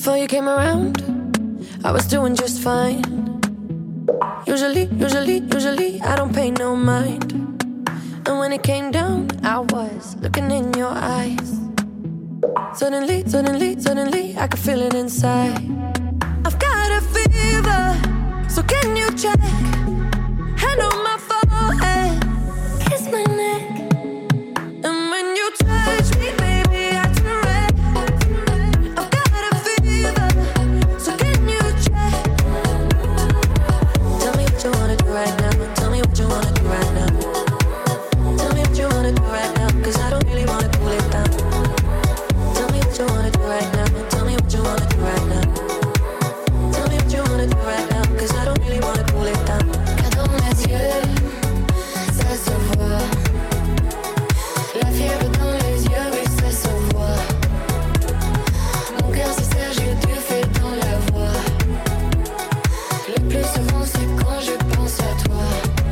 Before you came around, I was doing just fine. Usually, I don't pay no mind. And when it came down, I was looking in your eyes. Suddenly, I could feel it inside. I've got a fever, so can you check? Hand on my forehead, kiss my neck. And when you touch me, baby, I turn red. I've got a fever, so can you check? Tell me what you wanna do right now. Tell me what you wanna do right now. Tell me what you wanna do right now, 'cause I don't really wanna cool it down. Tell me what you wanna do right now. Tell me what you wanna do right now. Tell me what you wanna do right now, 'cause I don't really wanna cool it down. Car dans mes yeux, ça se voit. La fièvre dans les yeux, oui, ça se voit. Mon cœur se serre, j'ai du feu dans la voix. Le plus souvent, c'est quand je pense à toi.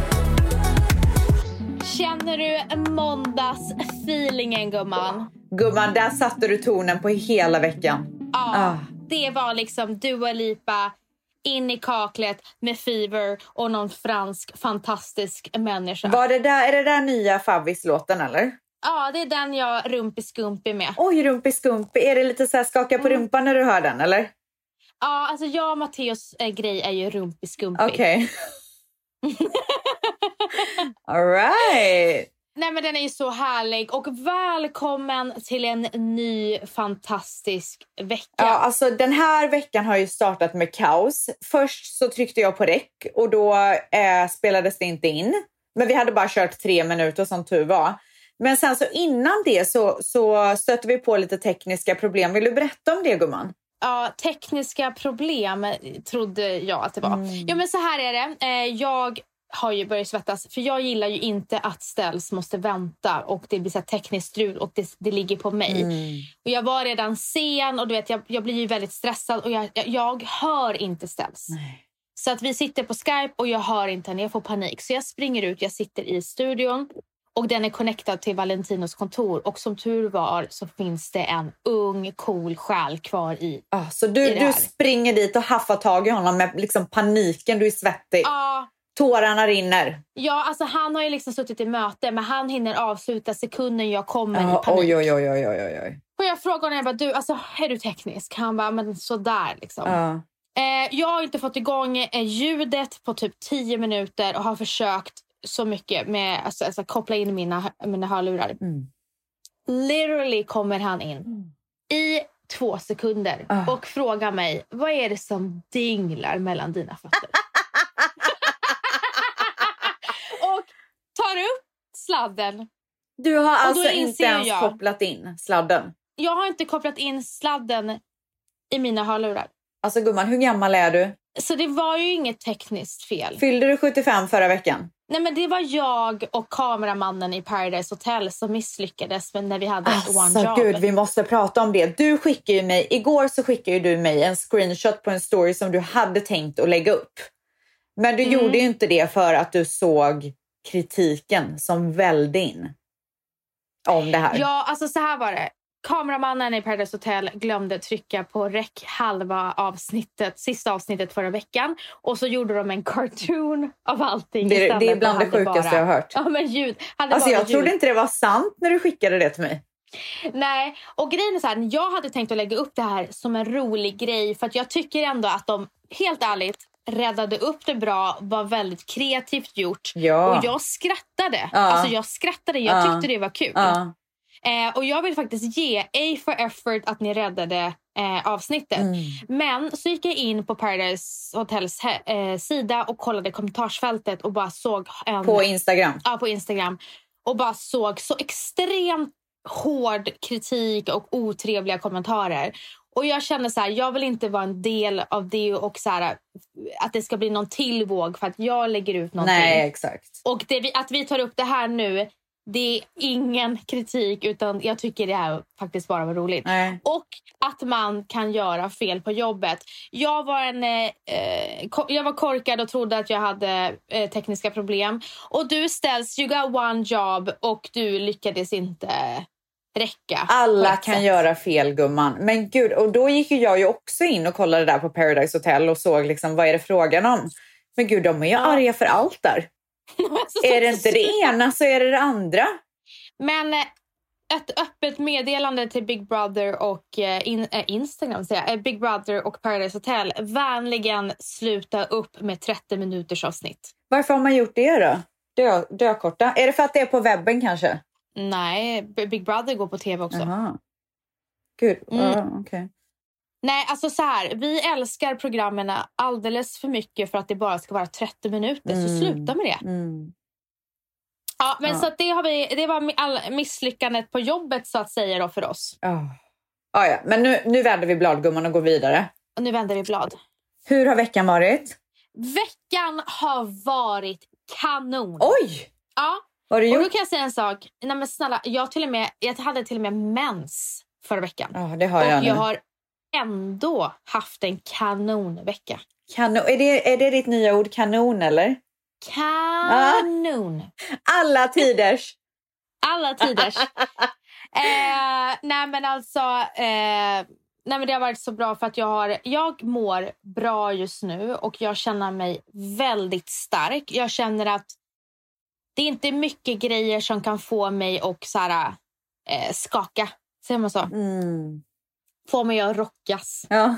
Känner du måndagsfeelingen, gumman? Gumman, där satte du tonen på hela veckan. Ja, det var liksom Dua Lipa in i kaklet med Fever och någon fransk fantastisk människa. Är det där nya Favvis-låten eller? Ja, det är den jag rumpi-skumpi med. Oj, rumpi-skumpi. Är det lite så här skaka på rumpan när du hör den, eller? Ja, alltså jag och Matteos grej är ju rumpi-skumpi. Okej. All right. Nej, men den är ju så härlig. Och välkommen till en ny fantastisk vecka. Ja, alltså den här veckan har ju startat med kaos. Först så tryckte jag på rec och då spelades det inte in. Men vi hade bara kört 3 minuter som tur var. Men sen så innan det så stötte vi på lite tekniska problem. Vill du berätta om det, gumman? Ja, tekniska problem trodde jag att det var. Ja, men så här är det. Jag har ju börjat svettas. För jag gillar ju inte att ställs måste vänta. Och det blir så här tekniskt strul och det ligger på mig. Och jag var redan sen och du vet, jag blir ju väldigt stressad. Och jag hör inte ställs. Nej. Så att vi sitter på Skype och jag hör inte henne. Jag får panik. Så jag springer ut, jag sitter i studion. Och den är connectad till Valentinos kontor. Och som tur var så finns det en ung, cool själ kvar i. Så du springer dit och haffar tag i honom med liksom paniken. Du är svettig. Tårarna rinner. Ja, alltså han har ju liksom suttit i möte. Men han hinner avsluta sekunden jag kommer i panik. Oj. Och jag frågar honom, jag bara, du, alltså, är du teknisk? Han bara, men sådär liksom. Jag har inte fått igång ljudet på typ 10 minuter. Och har försökt så mycket med alltså koppla in mina hörlurar. Literally kommer han in i 2 sekunder och frågar mig, vad är det som dinglar mellan dina fötter? Och tar upp sladden. Du har alltså inte ens kopplat in sladden? Jag har inte kopplat in sladden i mina hörlurar. Alltså gumman, hur gammal är du? Så det var ju inget tekniskt fel. Fyllde du 75 förra veckan? Nej, men det var jag och kameramannen i Paradise Hotel som misslyckades när vi hade ett one job. Gud, vi måste prata om det. Du skickade ju mig, igår så skickade ju du mig en screenshot på en story som du hade tänkt att lägga upp. Men du gjorde ju inte det för att du såg kritiken som vällde in om det här. Ja, alltså så här var det. Kameramannen i Paradise Hotel glömde trycka på sista avsnittet förra veckan. Och så gjorde de en cartoon av allting. Det är bland det sjukaste jag har hört. Ja, men ljud. Alltså jag trodde inte det var sant när du skickade det till mig. Nej, och grejen är så här, jag hade tänkt att lägga upp det här som en rolig grej. För att jag tycker ändå att de, helt ärligt, räddade upp det bra, var väldigt kreativt gjort. Ja. Och jag skrattade. Alltså jag tyckte det var kul. Och jag vill faktiskt ge A for effort att ni räddade avsnittet. Men så gick jag in på Paradise Hotels sida och kollade kommentarsfältet och bara såg på Instagram. Ja, på Instagram. Och bara såg så extremt hård kritik och otrevliga kommentarer. Och jag känner så här, jag vill inte vara en del av det och så här, att det ska bli någon tillvåg för att jag lägger ut någonting. Nej, exakt. Och att vi tar upp det här nu, det är ingen kritik utan jag tycker det här faktiskt bara var roligt. Nej. Och att man kan göra fel på jobbet. Jag var korkad och trodde att jag hade tekniska problem. Och du ställs, you got one job och du lyckades inte räcka. Alla kan göra fel, gumman. Men gud, och då gick jag ju också in och kollade där på Paradise Hotel och såg liksom, vad är det frågan om? Men gud, de är ju arga för allt där. Är det inte det ena så är det andra. Men ett öppet meddelande till Big Brother och Instagram, Big Brother och Paradise Hotel. Vänligen sluta upp med 30 minuters avsnitt. Varför har man gjort det då? Dökorta. Är det för att det är på webben kanske? Nej, Big Brother går på tv också. Aha. Gud, okej. Nej, alltså så här. Vi älskar programmen alldeles för mycket för att det bara ska vara 30 minuter. Så sluta med det. Ja, men så att det var misslyckandet på jobbet så att säga då för oss. Ja, men nu vänder vi blad, gumman, och går vidare. Och nu vänder vi blad. Hur har veckan varit? Veckan har varit kanon. Oj! Ja. Vad har du gjort? Och då kan jag säga en sak. Nej men snälla, jag hade till och med mens förra veckan. Ja, det har jag nu. Och jag har ändå haft en kanonvecka. Kanon. Är det ditt nya ord, kanon, eller? Kanon. Alla tiders. Alla tiders. Nej men alltså... Nej men det har varit så bra för att jag mår bra just nu och jag känner mig väldigt stark. Jag känner att det är inte mycket grejer som kan få mig att så här, skaka. Säger man så? Få mig att rockas. Ja.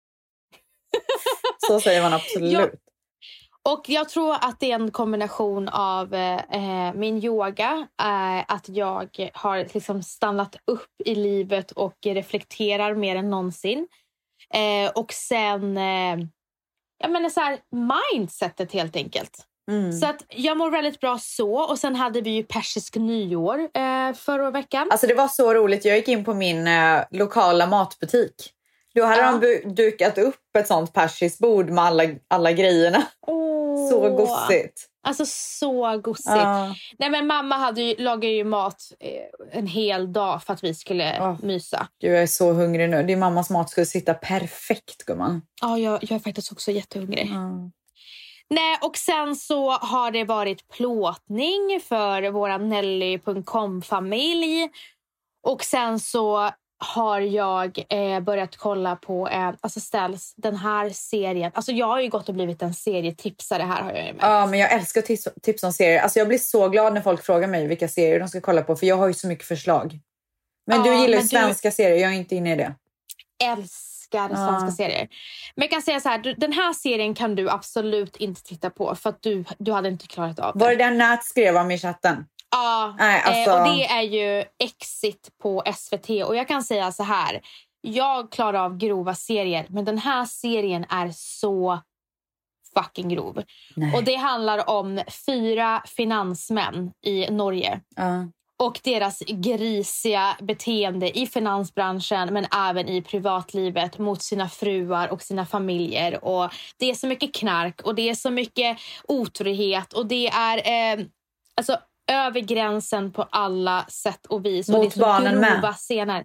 Så säger man absolut. Och jag tror att det är en kombination av min yoga. Att jag har liksom stannat upp i livet och reflekterar mer än någonsin. Och sen jag menar så här, mindsetet helt enkelt. Så att jag mår väldigt bra så. Och sen hade vi ju persisk nyår förra veckan. Alltså det var så roligt. Jag gick in på min lokala matbutik. Då hade de dukat upp ett sånt persiskt bord med alla grejerna. Så gossigt. Alltså så gossigt. Nej men mamma lagade ju mat en hel dag för att vi skulle mysa. Gud, jag är så hungrig nu. Din mammas mat skulle sitta perfekt, gumman. Ja, jag är faktiskt också jättehungrig. Nej, och sen så har det varit plåtning för våra Nelly.com-familj. Och sen så har jag börjat kolla på alltså Ställs, den här serien. Alltså jag har ju gått och blivit en serietipsare här, har jag ju med. Ja, men jag älskar tips om serier. Alltså jag blir så glad när folk frågar mig vilka serier de ska kolla på. För jag har ju så mycket förslag. Men du gillar ju svenska serier, jag är inte inne i det. Älskar svenska serier. Men jag kan säga så här, den här serien kan du absolut inte titta på. För att du hade inte klarat av det. Var det den Nat skrev om i chatten? Ja, och det är ju Exit på SVT. Och jag kan säga så här, jag klarar av grova serier, men den här serien är så fucking grov. Nej. Och det handlar om 4 finansmän i Norge. Och deras grisiga beteende i finansbranschen, men även i privatlivet mot sina fruar och sina familjer. Och det är så mycket knark och det är så mycket otrohet och det är alltså över gränsen på alla sätt och vis. Mot och det är så barnen grova med. Scener.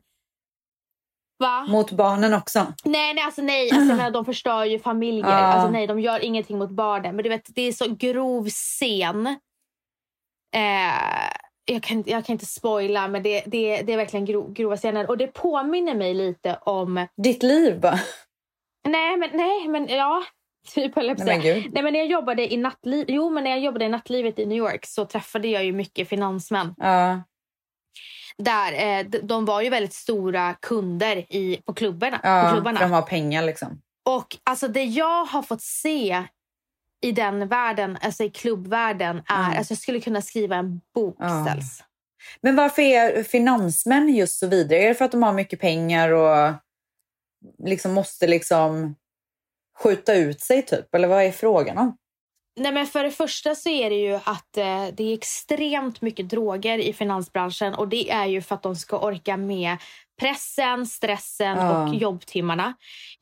Va? Mot barnen också. Nej, alltså, de förstör ju familjer. Alltså nej, de gör ingenting mot barnen. Men du vet, det är så grov scen. Jag kan inte spoila, men det är verkligen grova scener. Och det påminner mig lite om... Ditt liv, va? Nej, men ja... Typ, nej, men när jag jobbade i nattlivet i New York så träffade jag ju mycket finansmän. Där de var ju väldigt stora kunder på klubbarna. De har pengar liksom. Och alltså det jag har fått se i den världen, alltså i klubbvärlden är, alltså jag skulle kunna skriva en bok ställs. Men varför är finansmän just så vidare? Är det för att de har mycket pengar och liksom måste liksom skjuta ut sig typ? Eller vad är frågan om? Nej, men för det första så är det ju att det är extremt mycket droger i finansbranschen. Och det är ju för att de ska orka med pressen, stressen och jobbtimmarna.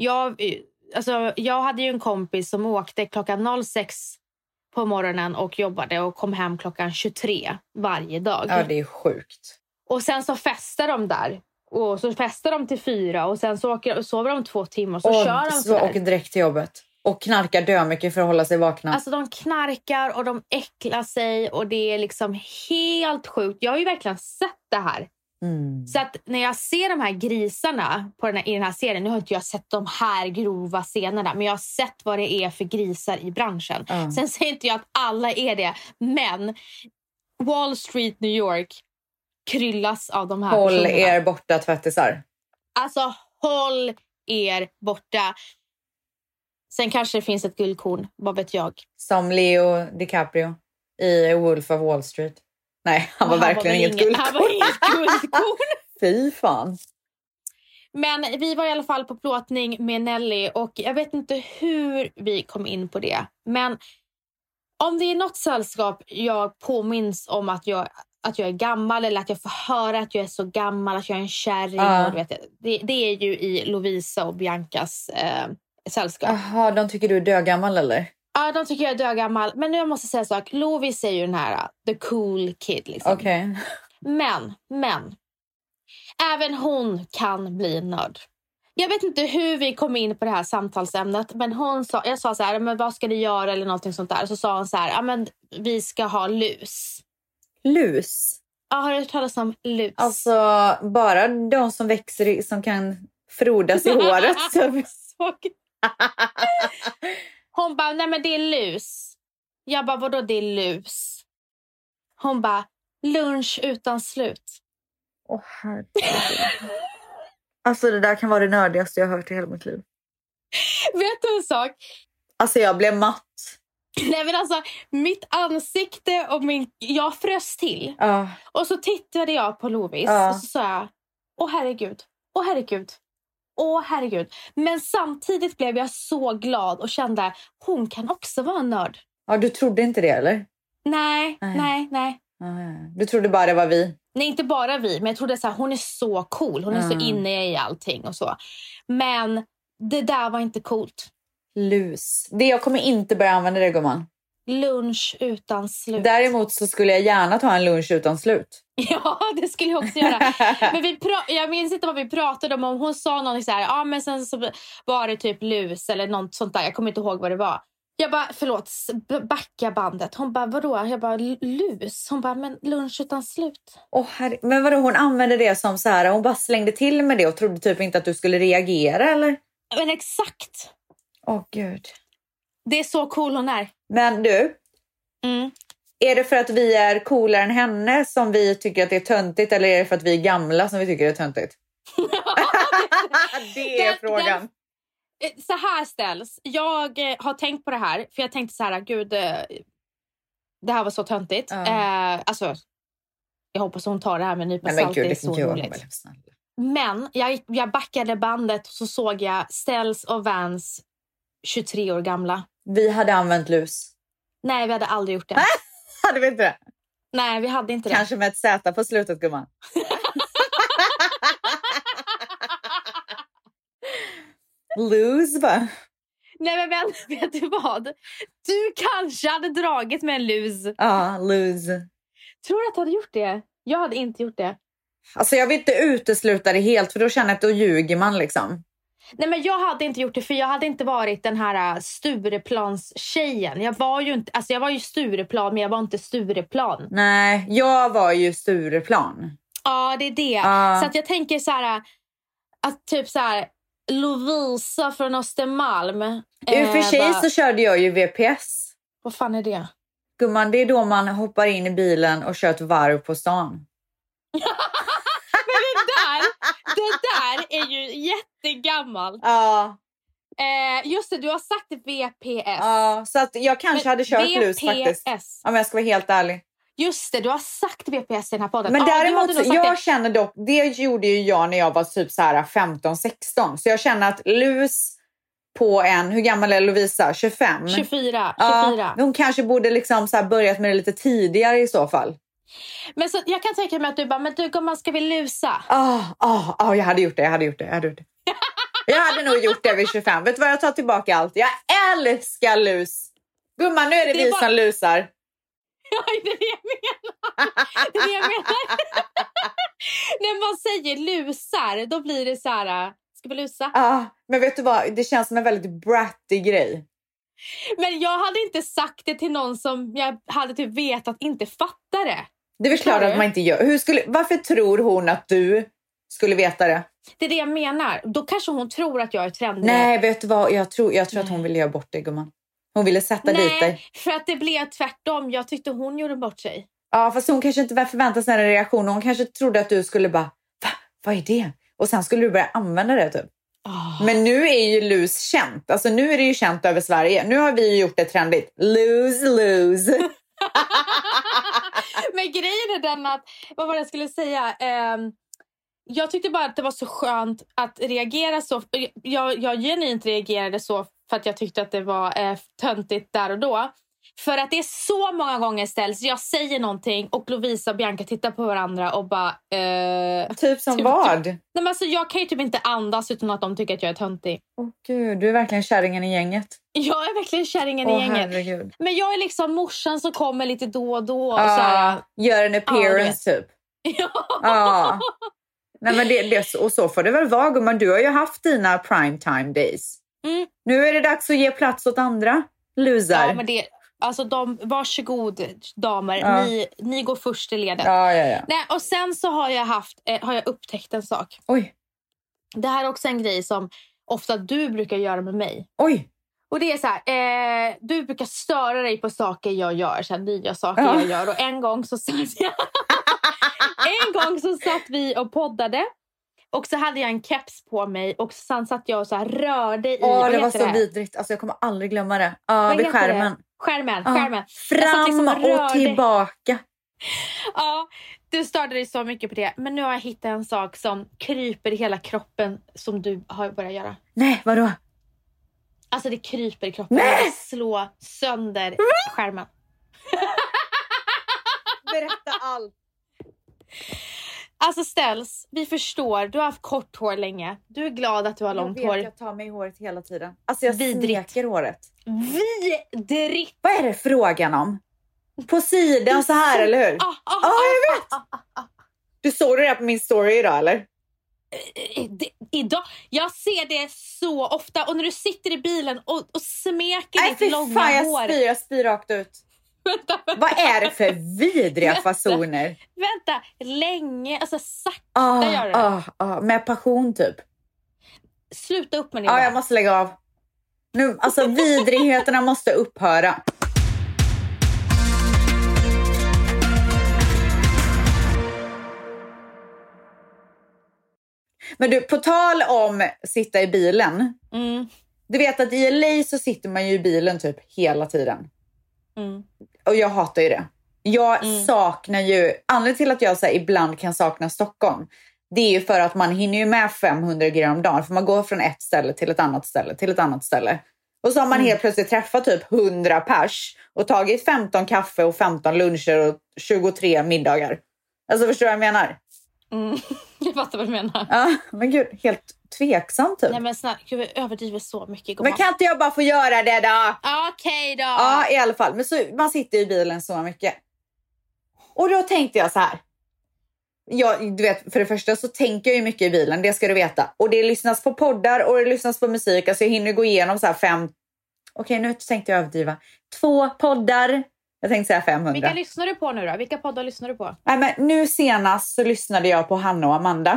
Jag hade ju en kompis som åkte klockan 06 på morgonen och jobbade och kom hem klockan 23 varje dag. Ja, det är sjukt. Och sen så festar de där. Och så festar de till 4 och sen så sover de 2 timmar och så kör de så där. Och direkt till jobbet. Och knarkar dö mycket för att hålla sig vakna. Alltså de knarkar och de äcklar sig och det är liksom helt sjukt. Jag har ju verkligen sett det här Så att när jag ser de här grisarna i den här serien, nu har inte jag sett de här grova scenerna, men jag har sett vad det är för grisar i branschen. Sen säger inte jag att alla är det, men Wall Street, New York kryllas av de här personerna. Håll er borta, tvättisar. Alltså, håll er borta. Sen kanske det finns ett guldkorn, vad vet jag. Som Leo DiCaprio i Wolf of Wall Street. Nej, han var verkligen inget guldkorn. Han var inget guldkorn. Fy fan. Men vi var i alla fall på plåtning med Nelly och jag vet inte hur vi kom in på det. Men om det är något sällskap jag påminns om att jag är gammal, eller att jag får höra att jag är så gammal, att jag är en kärring. Och, det är ju i Lovisa och Biancas sällskap. Jaha, de tycker du är dögammal eller? Ja, de tycker jag är dögammal. Men nu jag måste säga en sak. Lovis är ju den här the cool kid liksom. Okej. Men även hon kan bli nörd. Jag vet inte hur vi kom in på det här samtalsämnet, men jag sa så här, men vad ska du göra eller någonting sånt där. Så sa hon så här, ja men vi ska ha lus. Lus? Ja, har du hört talas om lus? Alltså, bara de som växer som kan frodas i håret. Hon bara, nej men det är lus. Jag bara, vadå det är lus? Hon bara, lunch utan slut. Åh herregud. Alltså det där kan vara det nördigaste jag har hört i hela mitt liv. Vet du en sak? Alltså jag blev matt. Nej men alltså, mitt ansikte och jag frös till. Och så tittade jag på Lovis och så sa jag, åh herregud, åh herregud. Åh herregud. Men samtidigt blev jag så glad och kände, hon kan också vara en nörd. Ja, du trodde inte det eller? Nej. Du trodde bara det var vi? Nej, inte bara vi, men jag trodde så här, hon är så cool. Hon är så inne i allting och så. Men det där var inte coolt. Lus. Jag kommer inte börja använda det, gumman. Lunch utan slut. Däremot så skulle jag gärna ta en lunch utan slut. Ja, det skulle jag också göra. Men jag minns inte vad vi pratade om. Hon sa någonting så här, ja men sen så var det typ lus eller något sånt där. Jag kommer inte ihåg vad det var. Jag bara, förlåt, backa bandet. Hon bara, vadå? Jag bara, lus. Hon bara, men lunch utan slut. Men vadå, hon använde det som så här, hon bara slängde till med det och trodde typ inte att du skulle reagera, eller? Men exakt. Åh gud. Det är så cool hon är. Men du, är det för att vi är coolare än henne som vi tycker att det är töntigt, eller är det för att vi är gamla som vi tycker det är töntigt? Det är frågan. Så här ställs. Jag har tänkt på det här, för jag tänkte så här, gud, det här var så töntigt. Alltså, jag hoppas hon tar det här med en nypa salt. Det är så roligt. Men jag backade bandet och så såg jag Stells och Vans 23 år gamla. Vi hade använt lus. Nej, vi hade aldrig gjort det. Hade vi inte det? Nej, vi hade inte det. Kanske med ett Z på slutet, gumman. Lose, va? Nej, men vet du vad? Du kanske hade dragit med en lus. Ja, lose. Tror du att du hade gjort det? Jag hade inte gjort det. Alltså jag vill inte utesluta det helt, för då känner jag att då ljuger man liksom. Nej, men jag hade inte gjort det, för jag hade inte varit den här Stureplans tjejen. Jag var ju Stureplan, men jag var inte Stureplan. Nej, jag var ju Stureplan. Ja, det är det. Så att jag tänker så här, att typ så här, Lovisa från Östermalm. I och för sig så körde jag ju VPS. Vad fan är det? Gumman, det är då man hoppar in i bilen och kör ett varv på stan. Men det där är ju jättegammalt. Ja. Just det, du har sagt VPS. Ja, så att jag kanske hade kört lus faktiskt. Om jag ska vara helt ärlig. Just det, du har sagt VPS i den här podden. Men däremot, jag känner dock, det gjorde ju jag när jag var typ så här 15-16. Så jag känner att lus på hur gammal är Lovisa? 25? 24. Ja, hon kanske borde liksom så här börjat med det lite tidigare i så fall. Men så, jag kan tänka mig att du bara, men du gumman, ska vi lusa? Jag hade gjort det. Jag hade nog gjort det vid 25. Vet du vad, jag tar tillbaka allt. Jag älskar lus. Gumman, nu är det vi som lusar. Ja, det är det jag menar. När man säger lusar, då blir det så här, ska vi lusa? Men vet du vad, det känns som en väldigt bratty grej. Men jag hade inte sagt det till någon som jag hade typ vetat inte fattar det. Det är väl klart att man inte gör. Varför tror hon att du skulle veta det? Det är det jag menar. Då kanske hon tror att jag är trendig. Nej, vet du vad? Jag tror att hon ville göra bort dig, gumman. Hon ville sätta dit dig. Nej, för att det blev tvärtom. Jag tyckte hon gjorde bort sig. Ja, fast hon kanske inte förväntade sig en reaktion. Hon kanske trodde att du skulle bara, va? Vad är det? Och sen skulle du börja använda det typ. Men nu är ju lose känt. Alltså nu är det ju känt över Sverige. Nu har vi ju gjort det trendigt. Lose. Men grejen är den att, vad var det jag skulle säga? Jag tyckte bara att det var så skönt att reagera så. Jag genuint reagerade så för att jag tyckte att det var töntigt där och då. För att det är så många gånger ställs. Jag säger någonting och Lovisa och Bianca tittar på varandra och bara... typ som vad? Nej, men alltså, jag kan ju typ inte andas utan att de tycker att jag är töntig. Åh gud, du är verkligen kärringen i gänget. Jag är verkligen kärringen i gänget. Herregud. Men jag är liksom morsan som kommer lite då och då. Och så här, gör en appearance typ. Ja. Nej, men och så får det väl vara, men du har ju haft dina primetime days. Nu är det dags att ge plats åt andra loser. Ja, men det... Alltså varsågod damer, ni går först i ledet. Ja. Nej, och sen så har jag upptäckt en sak. Oj. Det här är också en grej som ofta du brukar göra med mig. Oj. Och det är så här, du brukar störa dig på saker jag gör, så här, nya saker jag gör. Och en gång så satt vi och poddade. Och så hade jag en keps på mig och sen satt jag och så här rörde i. Det var så vidrigt. Alltså jag kommer aldrig glömma det. Vid skärmen. Skärmen. Fram liksom och tillbaka. Ja, du störde dig så mycket på det. Men nu har jag hittat en sak som kryper i hela kroppen som du har börjat göra. Nej, vadå? Alltså det kryper i kroppen. Nej! Slå sönder skärmen. Berätta allt. Alltså Ställs, vi förstår. Du har haft kort hår länge. Du är glad att du har långt hår. Jag tar mig i håret hela tiden. Alltså jag smeker håret. Vidrigt! Vad är det frågan om? På sidan så här, eller hur? Jag vet! Du såg det där på min story idag, eller? Idag? Jag ser det så ofta. Och när du sitter i bilen och smeker ditt långa hår. Jag spyr rakt ut. Vänta. Vad är det för vidriga fasoner? Vänta, länge, alltså sakta gör det. Med passion typ. Sluta upp med det. Ja, jag måste lägga av. Nu, alltså vidrigheterna måste upphöra. Men du, på tal om sitta i bilen. Du vet att i LA så sitter man ju i bilen typ hela tiden. Och jag hatar ju det. Jag saknar ju, anledningen till att jag så här, ibland kan sakna Stockholm, det är ju för att man hinner ju med 500 gram om dagen. För man går från ett ställe till ett annat ställe till ett annat ställe. Och så har man helt plötsligt träffat typ 100 pers och tagit 15 kaffe och 15 luncher och 23 middagar. Alltså förstår du vad jag menar? Jag fattar vad du menar. Ja, men gud, helt tveksam typ. Nej men snart, gud, vi överdriver så mycket. Men kan inte jag bara få göra det då? Okej då. Ja, i alla fall. Men så, man sitter i bilen så mycket. Och då tänkte jag så här. Du vet, för det första så tänker jag ju mycket i bilen, det ska du veta. Och det lyssnas på poddar och det lyssnas på musik. Alltså jag hinner gå igenom så här 5... Okej, nu tänkte jag överdriva. 2 poddar. Jag tänkte säga 500. Vilka lyssnar du på nu då? Vilka poddar lyssnar du på? Nej, men nu senast så lyssnade jag på Hanna och Amanda.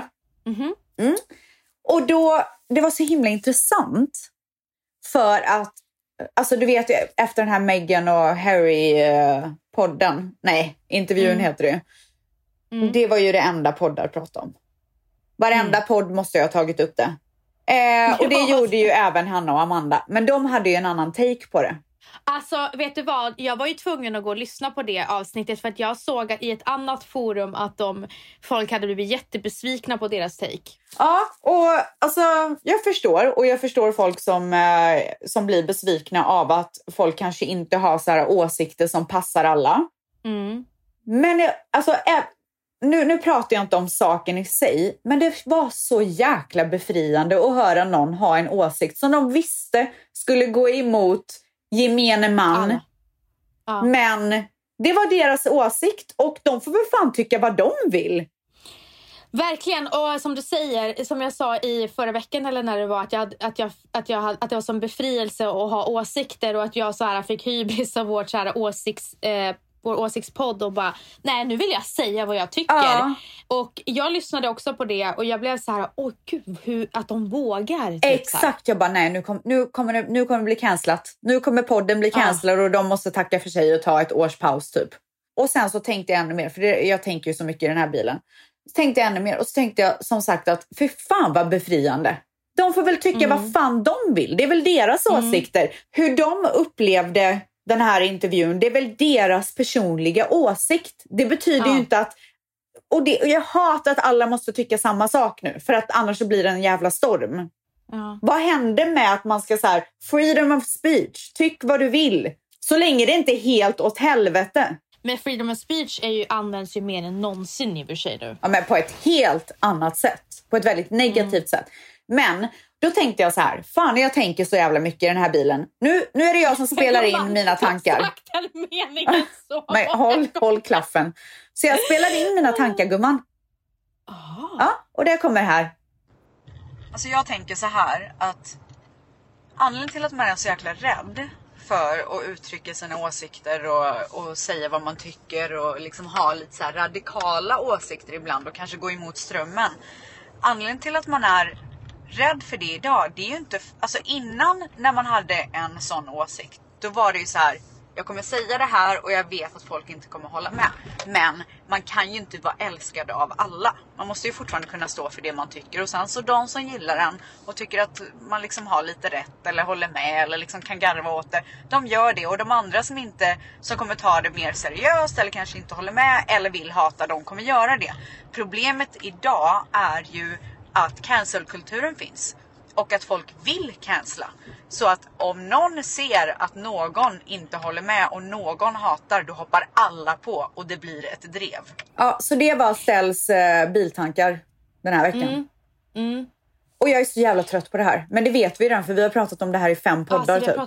Och då, det var så himla intressant. För att, alltså du vet efter den här Meghan och Harry-podden. Nej, intervjun heter det. Det var ju det enda poddar pratade om. Varenda podd måste jag ha tagit upp det. Och det gjorde ju även Hanna och Amanda. Men de hade ju en annan take på det. Alltså, vet du vad? Jag var ju tvungen att gå och lyssna på det avsnittet för att jag såg i ett annat forum att folk hade blivit jättebesvikna på deras take. Ja, och alltså jag förstår folk som blir besvikna av att folk kanske inte har så här åsikter som passar alla. Men alltså nu pratar jag inte om saken i sig, men det var så jäkla befriande att höra någon ha en åsikt som de visste skulle gå emot gemene man. Men det var deras åsikt och de får väl fan tycka vad de vill. Verkligen, och som du säger, som jag sa i förra veckan eller när det var att det var som befrielse att ha åsikter och att jag så här fick hybris av vårt så här vår åsiktspodd och bara, nej nu vill jag säga vad jag tycker. Och jag lyssnade också på det och jag blev så här, åh gud, att de vågar. Typ exakt, jag bara, nej nu kommer det bli cancelat. Nu kommer podden bli cancellad och de måste tacka för sig och ta ett års paus typ. Och sen så tänkte jag ännu mer, för jag tänker ju så mycket i den här bilen. Så tänkte jag ännu mer och så tänkte jag som sagt att för fan vad befriande. De får väl tycka vad fan de vill. Det är väl deras åsikter. Hur de upplevde den här intervjun, det är väl deras personliga åsikt. Det betyder ju inte att... Och jag hatar att alla måste tycka samma sak nu. För att annars så blir det en jävla storm. Vad händer med att man ska så här, freedom of speech, tyck vad du vill. Så länge det inte är helt åt helvete. Men freedom of speech används ju mer än någonsin i och för sig nu. Ja, men på ett helt annat sätt. På ett väldigt negativt sätt. Men då tänkte jag så här, fan jag tänker så jävla mycket i den här bilen. Nu är det jag som spelar in mina tankar. Men håll klaffen. Så jag spelar in mina tankar, gumman. Ja, och det kommer här. Alltså jag tänker så här att anledningen till att man är så jäkla rädd för att uttrycka sina åsikter och säga vad man tycker och liksom ha lite så här radikala åsikter ibland och kanske gå emot strömmen. Anledningen till att man är rädd för det idag, det är ju inte, alltså innan när man hade en sån åsikt, då var det ju så här, jag kommer säga det här och jag vet att folk inte kommer hålla med. Men man kan ju inte vara älskad av alla. Man måste ju fortfarande kunna stå för det man tycker. Och sen så de som gillar en och tycker att man liksom har lite rätt eller håller med eller liksom kan garva åt det, de gör det. Och de andra som kommer ta det mer seriöst eller kanske inte håller med eller vill hata, de kommer göra det. Problemet idag är ju att cancelkulturen finns. Och att folk vill cancella. Så att om någon ser att någon inte håller med och någon hatar, då hoppar alla på och det blir ett drev. Ja, så det var Stells biltankar den här veckan. Och jag är så jävla trött på det här. Men det vet vi redan, för vi har pratat om det här i 5 poddar typ.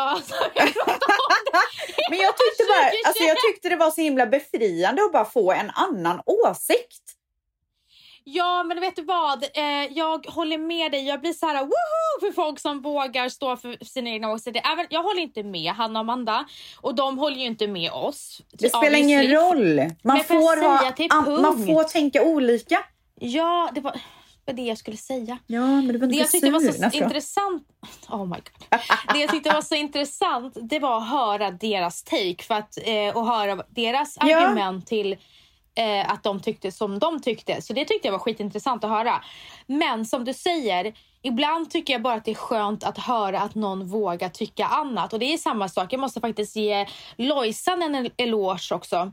Men jag tyckte det var så himla befriande att bara få en annan åsikt. Ja, men vet du vad? Jag håller med dig. Jag blir så här, woho! För folk som vågar stå för sina egna åsikter. Jag håller inte med Hanna och Amanda. Och de håller ju inte med oss. Det spelar ingen roll. Man får tänka olika. Ja, det var det jag skulle säga. Ja, men det var inte jag tyckte var så intressant. Oh my god. Det jag tyckte var så intressant, det var att höra deras take. För att, och höra deras argument till... att de tyckte som de tyckte. Så det tyckte jag var skitintressant att höra. Men som du säger, ibland tycker jag bara att det är skönt att höra att någon vågar tycka annat. Och det är samma sak. Jag måste faktiskt ge Lojsan en eloge också.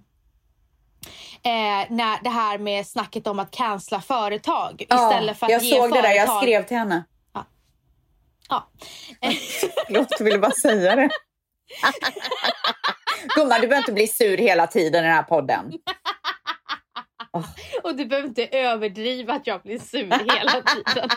När det här med snacket om att cancella företag. Istället för att jag ge såg företag... det där, jag skrev till henne. Ja. Förlåt, ville bara säga det. Gumman, du behöver inte bli sur hela tiden i den här podden. Och du behöver inte överdriva att jag blir sur hela tiden.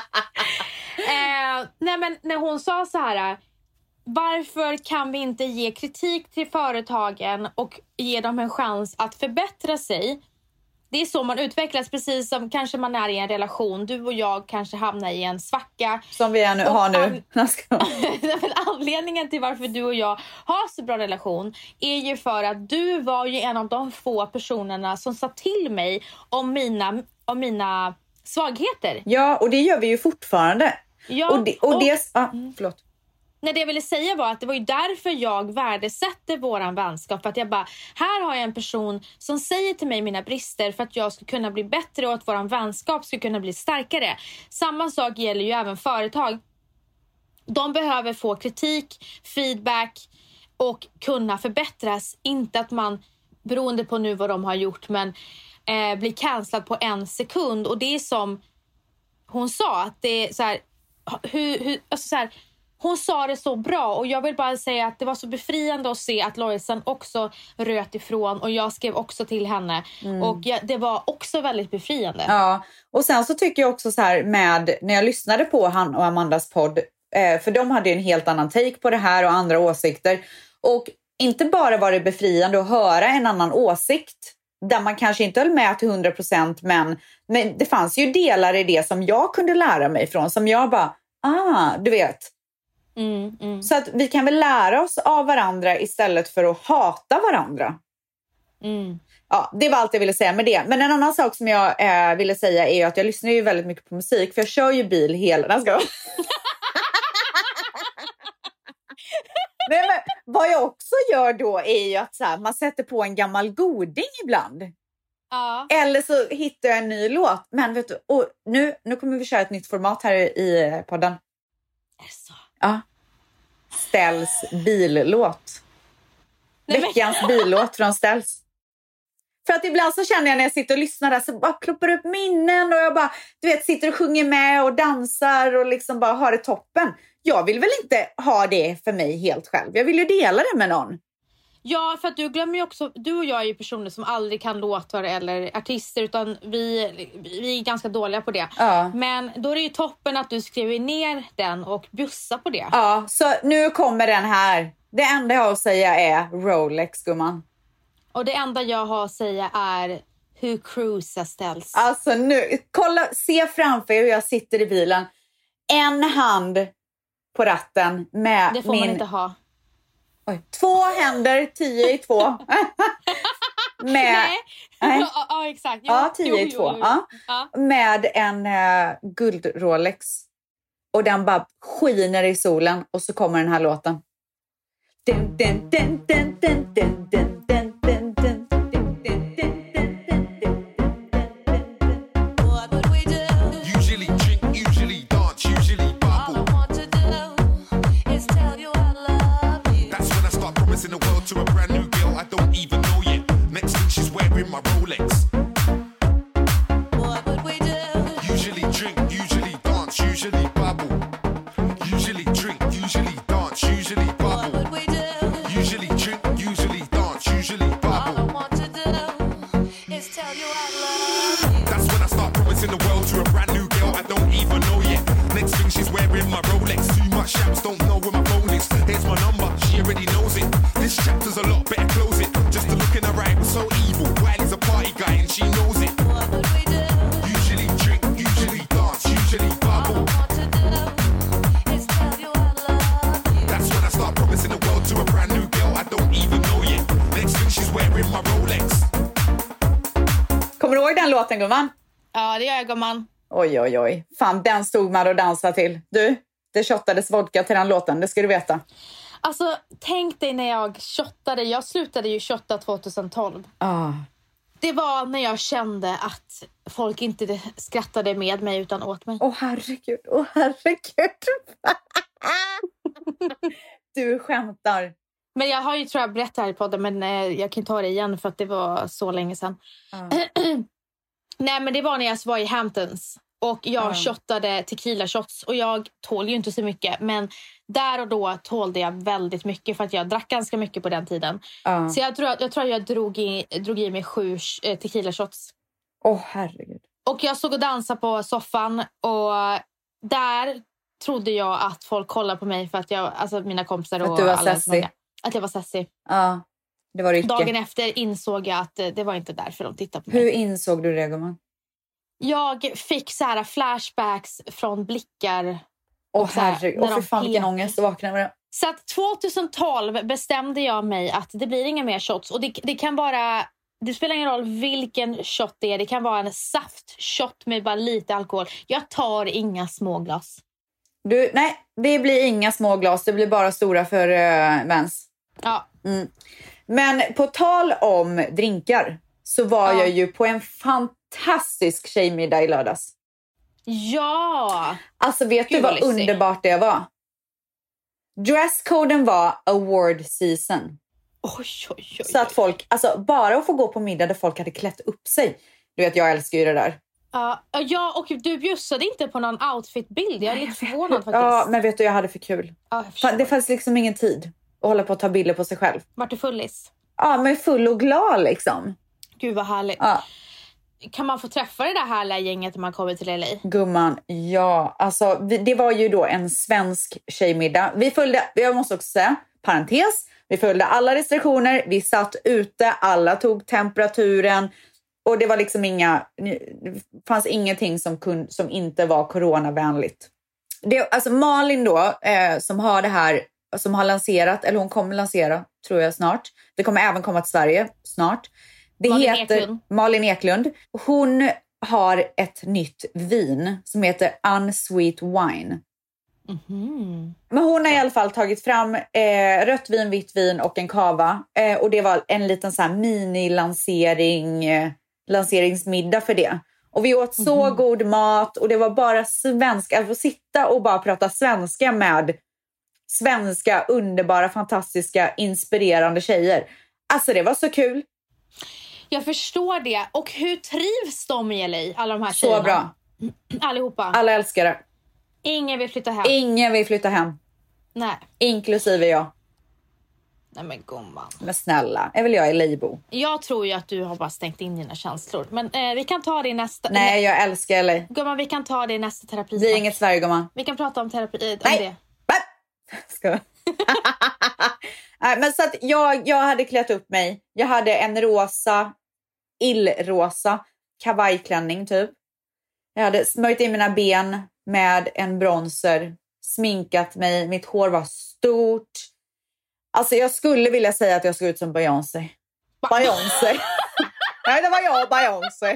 Nej, men när hon sa så här, varför kan vi inte ge kritik till företagen och ge dem en chans att förbättra sig? Det är så man utvecklas, precis som kanske man är i en relation. Du och jag kanske hamnar i en svacka. Som vi har nu. Anledningen till varför du och jag har så bra relation är ju för att du var ju en av de få personerna som sa till mig om mina svagheter. Ja, och det gör vi ju fortfarande. Ja, förlåt. Nej, det jag ville säga var att det var ju därför jag värdesätter våran vänskap. För att jag bara, här har jag en person som säger till mig mina brister för att jag ska kunna bli bättre och att våran vänskap ska kunna bli starkare. Samma sak gäller ju även företag. De behöver få kritik, feedback och kunna förbättras. Inte att man, beroende på nu vad de har gjort, men blir cancellad på 1 sekund. Och det är som hon sa, att det är så här, alltså så här, hon sa det så bra och jag vill bara säga att det var så befriande att se att Lojsan också röt ifrån och jag skrev också till henne och det var också väldigt befriande. Ja, och sen så tycker jag också så här när jag lyssnade på han och Amandas podd, för de hade en helt annan take på det här och andra åsikter, och inte bara var det befriande att höra en annan åsikt där man kanske inte höll med till 100%, men det fanns ju delar i det som jag kunde lära mig från, som jag bara, du vet. Så att vi kan väl lära oss av varandra istället för att hata varandra. Ja, det var allt jag ville säga med det. Men en annan sak som jag ville säga är ju att jag lyssnar ju väldigt mycket på musik. För jag kör ju bil hela... Nej, men vad jag också gör då är ju att så här, man sätter på en gammal goding ibland. Ja. Eller så hittar jag en ny låt. Men vet du, och nu kommer vi köra ett nytt format här i podden. Är det så? Ja. Ställs billåt. Veckans billåt från Ställs. För att ibland så känner jag när jag sitter och lyssnar där så bara ploppar upp minnen. Och jag bara, du vet, sitter och sjunger med och dansar och liksom bara har det toppen. Jag vill väl inte ha det för mig helt själv. Jag vill ju dela det med någon. Ja, för att du glömmer ju också, du och jag är ju personer som aldrig kan låtar eller artister, utan vi är ganska dåliga på det. Ja. Men då är det ju toppen att du skriver ner den och bjussar på det. Ja, så nu kommer den här. Det enda jag har att säga är Rolex, gumman. Och det enda jag har att säga är hur cruisa Ställs. Alltså nu, kolla, se framför er hur jag sitter i bilen. En hand på ratten med det får man inte ha. Oj, 2 händer, 10 i 2. Nej. Ja, exakt. Jo, ja, 10 i 2. Ja. Med en guld Rolex. Och den bara skiner i solen. Och så kommer den här låten. Dun, dun, dun, dun, dun, dun, dun, dun, dun, dun. To a brand new girl I don't even know yet. Next thing she's wearing my Rolex. What would we do? Usually drink, usually dance, usually bubble. Usually drink, usually dance, usually bubble. What would we do? Usually drink, usually dance, usually bubble. All I want to do is tell you I love you. That's when I start promising the world to a brand new girl I don't even know yet. Next thing she's wearing my Rolex. Too much shaps, don't know where my phone is. Here's my number, she already knows it. This chapter's a lot, better close it. Just to look in her eye was so evil. Wiley's a party guy and she knows it. What would we do? Usually drink, usually dance, usually bubble. All I want to do is tell you I love you. That's when I start promising the world to a brand new girl I don't even know yet. Next thing she's wearing my Rolex. Kommer du ihåg den låten, gumman? Ja, det gör jag, gumman. Oj, oj, oj. Fan, den stod man och dansade till. Du, det shottades vodka till den låten, det ska du veta. Alltså, tänk dig när jag shottade. Jag slutade ju shotta 2012. Det var när jag kände att folk inte skrattade med mig utan åt mig. Åh herregud, åh herregud. Du skämtar. Men jag har ju, tror jag, berättat här i podden, men jag kan ta det igen för att det var så länge sedan. Nej, men det var när jag var i Hamptons. Och jag shottade tequila shots. Och jag tål ju inte så mycket. Men där och då tålde jag väldigt mycket. För att jag drack ganska mycket på den tiden. Så jag tror att jag drog i mig 7 tequila shots. Åh herregud. Och jag såg och dansade på soffan. Och där trodde jag att folk kollade på mig. För att alltså mina kompisar och att du var alla sassy. Att jag var sassy. Ja, det var det. Dagen efter insåg jag att det var inte därför de tittade på mig. Hur insåg du det, gumman? Jag fick så här flashbacks från blickar. Åh herregud, för fan vilken ångest att vakna med det. Så att 2012 bestämde jag mig att det blir inga mer shots. Och det kan vara, det spelar ingen roll vilken shot det är. Det kan vara en saftshot med bara lite alkohol. Jag tar inga små glas. Nej, det blir inga små glas. Det blir bara stora för mens. Ja. Men på tal om drinkar så var jag ju på en fantastisk tjejmiddag i lördags. Ja! Alltså vet du vad underbart det var? Dresscoden var award season. Oj. Så att folk, alltså bara att få gå på middag där folk hade klätt upp sig. Du vet, jag älskar ju det där. Ja, och du bjussade inte på någon outfitbild. Jag är lite förvånad faktiskt. Ja, men vet du, jag hade för kul. Det fanns liksom ingen tid att hålla på att ta bilder på sig själv. Vart du fullis? Ja, men full och glad liksom. Gud vad härligt. Ja. Kan man få träffa det där härliga gänget när man kommer till LA? Gumman, ja. Alltså, det var ju då en svensk tjejmiddag. Vi följde, jag måste också säga, parentes. Vi följde alla restriktioner. Vi satt ute, alla tog temperaturen. Och det var liksom det fanns ingenting som inte var coronavänligt. Alltså Malin då, som har det här, som har lanserat, eller hon kommer lansera, tror jag snart. Det kommer även komma till Sverige snart. Det Malin heter Eklund. Malin Eklund. Hon har ett nytt vin som heter Unsweet Wine. Mhm. Men hon har i alla fall tagit fram rött vin, vitt vin och en cava. Och det var en liten så här lanseringsmiddag för det. Och vi åt så god mat och det var bara svenska. Att få sitta och bara prata svenska med svenska, underbara, fantastiska, inspirerande tjejer. Alltså det var så kul. Jag förstår det. Och hur trivs de i LA, alla de här tjejerna? Så bra. Allihopa. Alla älskar det. Ingen vill flytta hem. Ingen vill flytta hem. Nej. Inklusive jag. Nej men gumman. Men snälla, är väl jag LA-bo? Jag tror ju att du har bara stängt in dina känslor. Men vi kan ta det i nästa... Nej, jag älskar LA. Gumman, vi kan ta det i nästa terapi. Det blir inget Sverige, gumman. Vi kan prata om terapi. Om Nej. det. Ska. Nej, men så att jag hade klätt upp mig. Jag hade en illrosa kavajklänning typ. Jag hade smörjt in mina ben med en bronzer. Sminkat mig. Mitt hår var stort. Alltså jag skulle vilja säga att jag såg ut som Beyoncé. Beyoncé. Nej, det var jag, Beyoncé.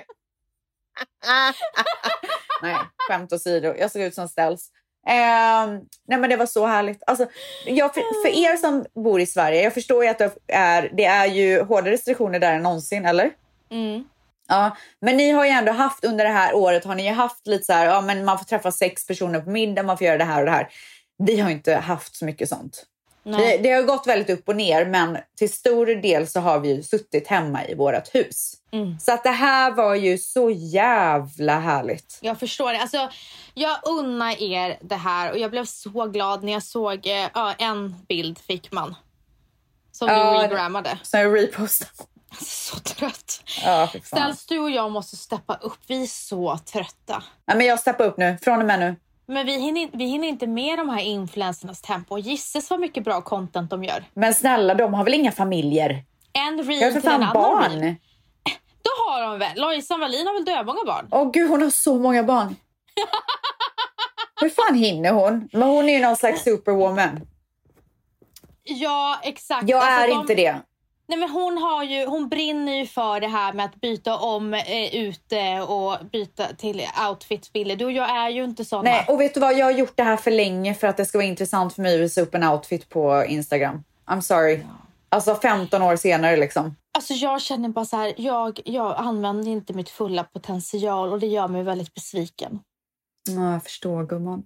Nej, skämt åsido. Jag såg ut som Ställs. Nej men det var så härligt. Alltså, för er som bor i Sverige, jag förstår ju att det är ju hårda restriktioner där än någonsin, eller? Mm. Ja, men ni har ju ändå haft under det här året, har ni ju haft lite så här, ja men man får träffa 6 personer på middag, man får göra det här och det här. Vi har inte haft så mycket sånt. Det har gått väldigt upp och ner, men till stor del så har vi ju suttit hemma i vårat hus. Mm. Så att det här var ju så jävla härligt. Jag förstår det. Alltså, jag unnar er det här och jag blev så glad när jag såg en bild fick man. Som du regrammade. Som jag repostade. Så trött. Ja, Ställs, du och jag måste steppa upp. Vi är så trötta. Ja, men jag steppar upp nu. Från och med nu. Men vi hinner inte med de här influencernas tempo. Gisses vad mycket bra content de gör. Men snälla, de har väl inga familjer? En reel jag är för till en fan annan barn. Reel. Då har de väl. Lojsan Wallin har väl dömånga barn? Åh gud, hon har så många barn. Hur fan hinner hon? Men hon är ju någon slags superwoman. Ja, exakt. Jag är inte det. Nej, men hon brinner ju för det här med att byta om ute och byta till outfitbilder. Du och jag är ju inte såna. Nej, och vet du vad? Jag har gjort det här för länge för att det ska vara intressant för mig att visa upp en outfit på Instagram. I'm sorry. Ja. Alltså 15 år senare liksom. Alltså jag känner bara så här, jag använder inte mitt fulla potential och det gör mig väldigt besviken. Ja, jag förstår, gumman.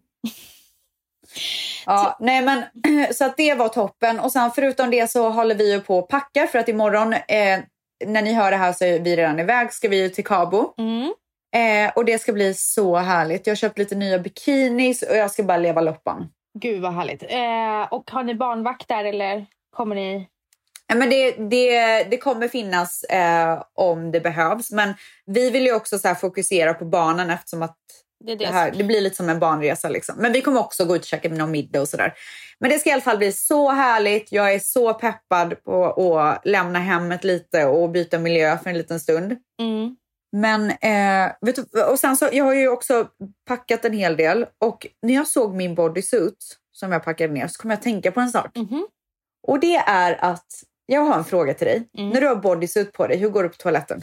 Ja, nej men så att det var toppen. Och sen förutom det så håller vi ju på och packar för att imorgon när ni hör det här så är vi redan iväg, ska vi ju till Cabo. Och det ska bli så härligt. Jag har köpt lite nya bikinis och jag ska bara leva loppan. Gud vad härligt. Och har ni barnvakt där eller kommer ni? Ja, men det kommer finnas om det behövs. Men vi vill ju också så här fokusera på barnen eftersom att det blir lite som en barnresa liksom. Men vi kommer också gå ut och käka med någon middag och sådär. Men det ska i alla fall bli så härligt. Jag är så peppad på att lämna hemmet lite och byta miljö för en liten stund. Mm. Men vet du, och sen så jag har ju också packat en hel del. Och när jag såg min bodysuit som jag packade ner så kom jag att tänka på en sak. Mm-hmm. Och det är att jag har en fråga till dig. När du har bodysuit på dig, hur går du på toaletten?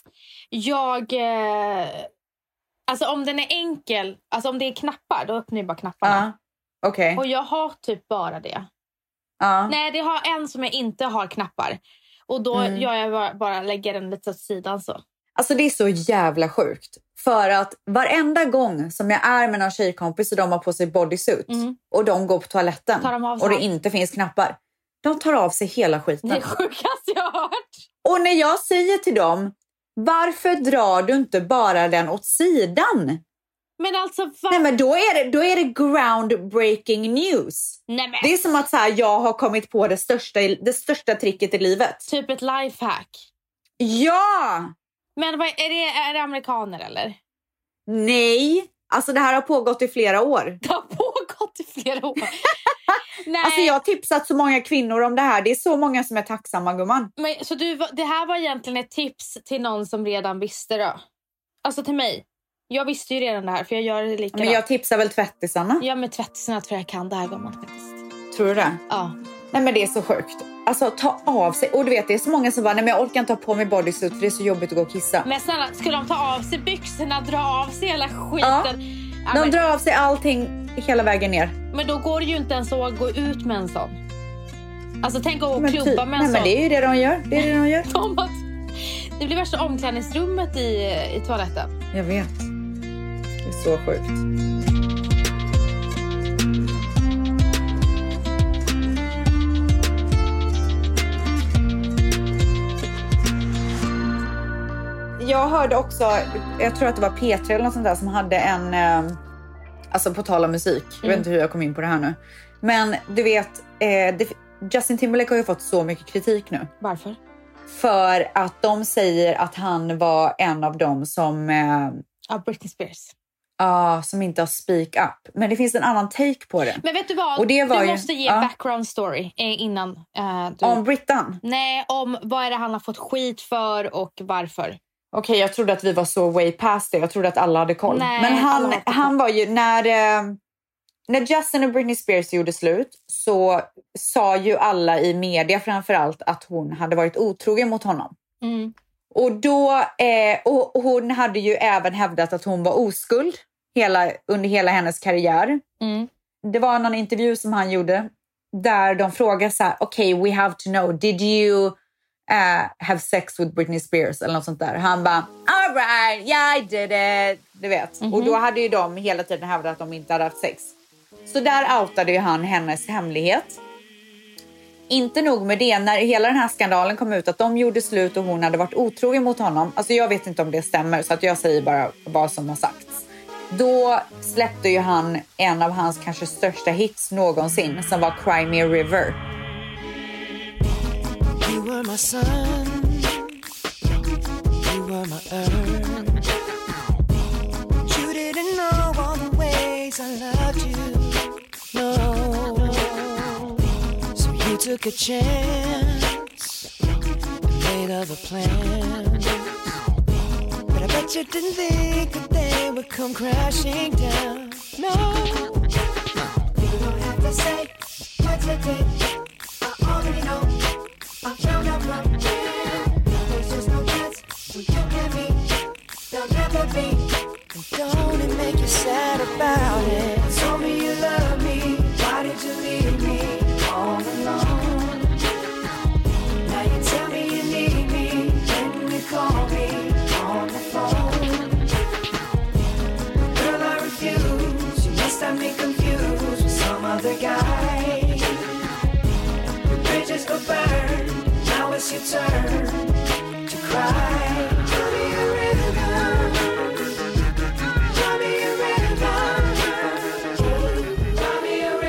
Alltså om den är enkel, alltså om det är knappar, då öppnar jag bara knapparna. Okay. Och jag har typ bara det. Nej, det har en som jag inte har knappar. Och då gör jag bara lägger den lite åt sidan så. Alltså det är så jävla sjukt. För att varenda gång som jag är med någon tjejkompis och de har på sig bodysuit och de går på toaletten och det inte finns knappar. De tar av sig hela skiten. Det är sjukaste jag har hört. Och när jag säger till dem, varför drar du inte bara den åt sidan? Men alltså Nej, men då är det groundbreaking news. Nej, men. Det är som att så här, jag har kommit på det största tricket i livet. Typ ett lifehack. Ja! Men är det amerikaner eller? Nej, alltså det här har pågått i flera år. Det har pågått i flera år. Nej. Alltså jag har tipsat så många kvinnor om det här. Det är så många som är tacksamma, gumman. Men, så det här var egentligen ett tips till någon som redan visste då? Alltså till mig. Jag visste ju redan det här för jag gör det likadant. Men jag tipsar väl tvättisarna? Ja, med tvättisarna tror jag kan det här, gumman faktiskt. Tror du det? Ja. Nej men det är så sjukt. Alltså ta av sig. Och du vet det är så många som bara, nej men jag orkar inte ha på mig bodysuit för det är så jobbigt att gå och kissa. Men snälla, skulle de ta av sig byxorna, dra av sig hela skiten? Ja, de drar av sig allting hela vägen ner. Men då går det ju inte ens att gå ut med en sån. Alltså tänk att klubba med en sån. Men det är ju det de gör. Det är det de gör. Det blir värsta omklädningsrummet i toaletten. Jag vet. Det är så sjukt. Jag hörde också, jag tror att det var P3 eller något sånt där som hade en, alltså på tal om musik. Jag vet inte hur jag kom in på det här nu. Men du vet, Justin Timberlake har ju fått så mycket kritik nu. Varför? För att de säger att han var en av dem som... Britney Spears. Som inte har speak up. Men det finns en annan take på det. Men vet du vad? Och det var du måste ge background story innan du... Om Brittan? Nej, om vad är det han har fått skit för och varför. Okej, jag trodde att vi var så way past det. Jag trodde att alla hade koll. Nej, men han var ju... När Justin och Britney Spears gjorde slut så sa ju alla i media framförallt att hon hade varit otrogen mot honom. Mm. Och då och hon hade ju även hävdat att hon var oskuld under hela hennes karriär. Mm. Det var någon intervju som han gjorde där de frågade så här: okej, we have to know, did you have sex with Britney Spears eller något sånt där. Han bara, all right, yeah I did it. Du vet. Och då hade ju de hela tiden hävdat att de inte hade haft sex. Så där outade ju han hennes hemlighet. Inte nog med det, när hela den här skandalen kom ut att de gjorde slut och hon hade varit otrogen mot honom. Alltså jag vet inte om det stämmer så att jag säger bara vad som har sagts. Då släppte ju han en av hans kanske största hits någonsin som var Cry Me a River. You were my sun, you were my earth. You didn't know all the ways I loved you, no. So you took a chance, made other plans. But I bet you didn't think that they would come crashing down, no. You don't have to say what you did, I already know. I found out right there. There's just no chance we can get me. There'll never be. And don't it make you sad about it? Told me you love me. Why did you leave me all alone? Now you tell me you need me. When you call me on the phone. Girl, I refuse. You must have me confused with some other guy. The bridges will burn. Now it's your turn to cry. Tell me a river. Tell me a river. Tell me a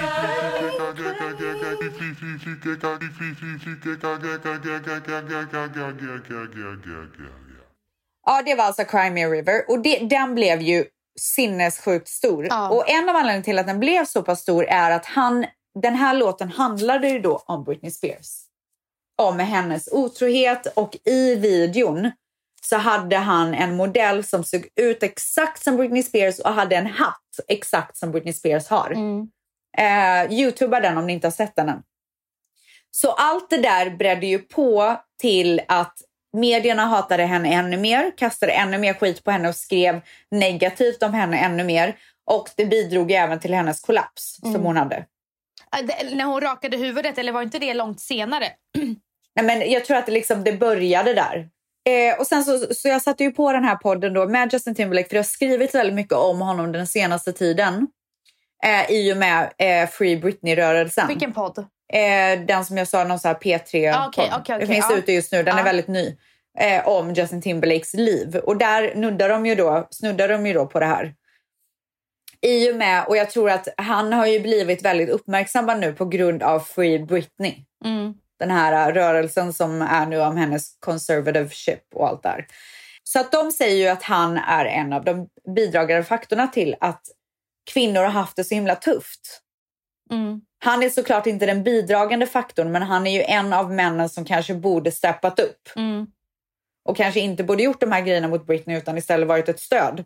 river. Ja, det var alltså Cry Me a River. Och den blev ju sinnessjukt stor. Ja. Och en av anledningarna till att den blev så pass stor är att den här låten handlade ju då om Britney Spears. Om hennes otrohet, och i videon så hade han en modell som såg ut exakt som Britney Spears och hade en hatt exakt som Britney Spears har. YouTubea den om ni inte har sett den än. Så allt det där bredde ju på till att medierna hatade henne ännu mer, kastade ännu mer skit på henne och skrev negativt om henne ännu mer. Och det bidrog även till hennes kollaps som hon hade. När hon rakade huvudet, eller var inte det långt senare? Nej, men jag tror att det började där. Och sen så jag satte ju på den här podden då med Justin Timberlake, för jag har skrivit väldigt mycket om honom den senaste tiden. I och med Free Britney-rörelsen. Vilken podd? Den som jag sa, någon så här P3. Okay, det finns ute just nu, den är väldigt ny. Om Justin Timberlakes liv. Och där snuddar de ju då på det här. I och med, och jag tror att han har ju blivit väldigt uppmärksammad nu på grund av Free Britney. Den här rörelsen som är nu om hennes conservativeship och allt där. Så att de säger ju att han är en av de bidragande faktorerna till att kvinnor har haft det så himla tufft. Han är såklart inte den bidragande faktorn, men han är ju en av männen som kanske borde steppat upp. Och kanske inte borde gjort de här grejerna mot Britney utan istället varit ett stöd.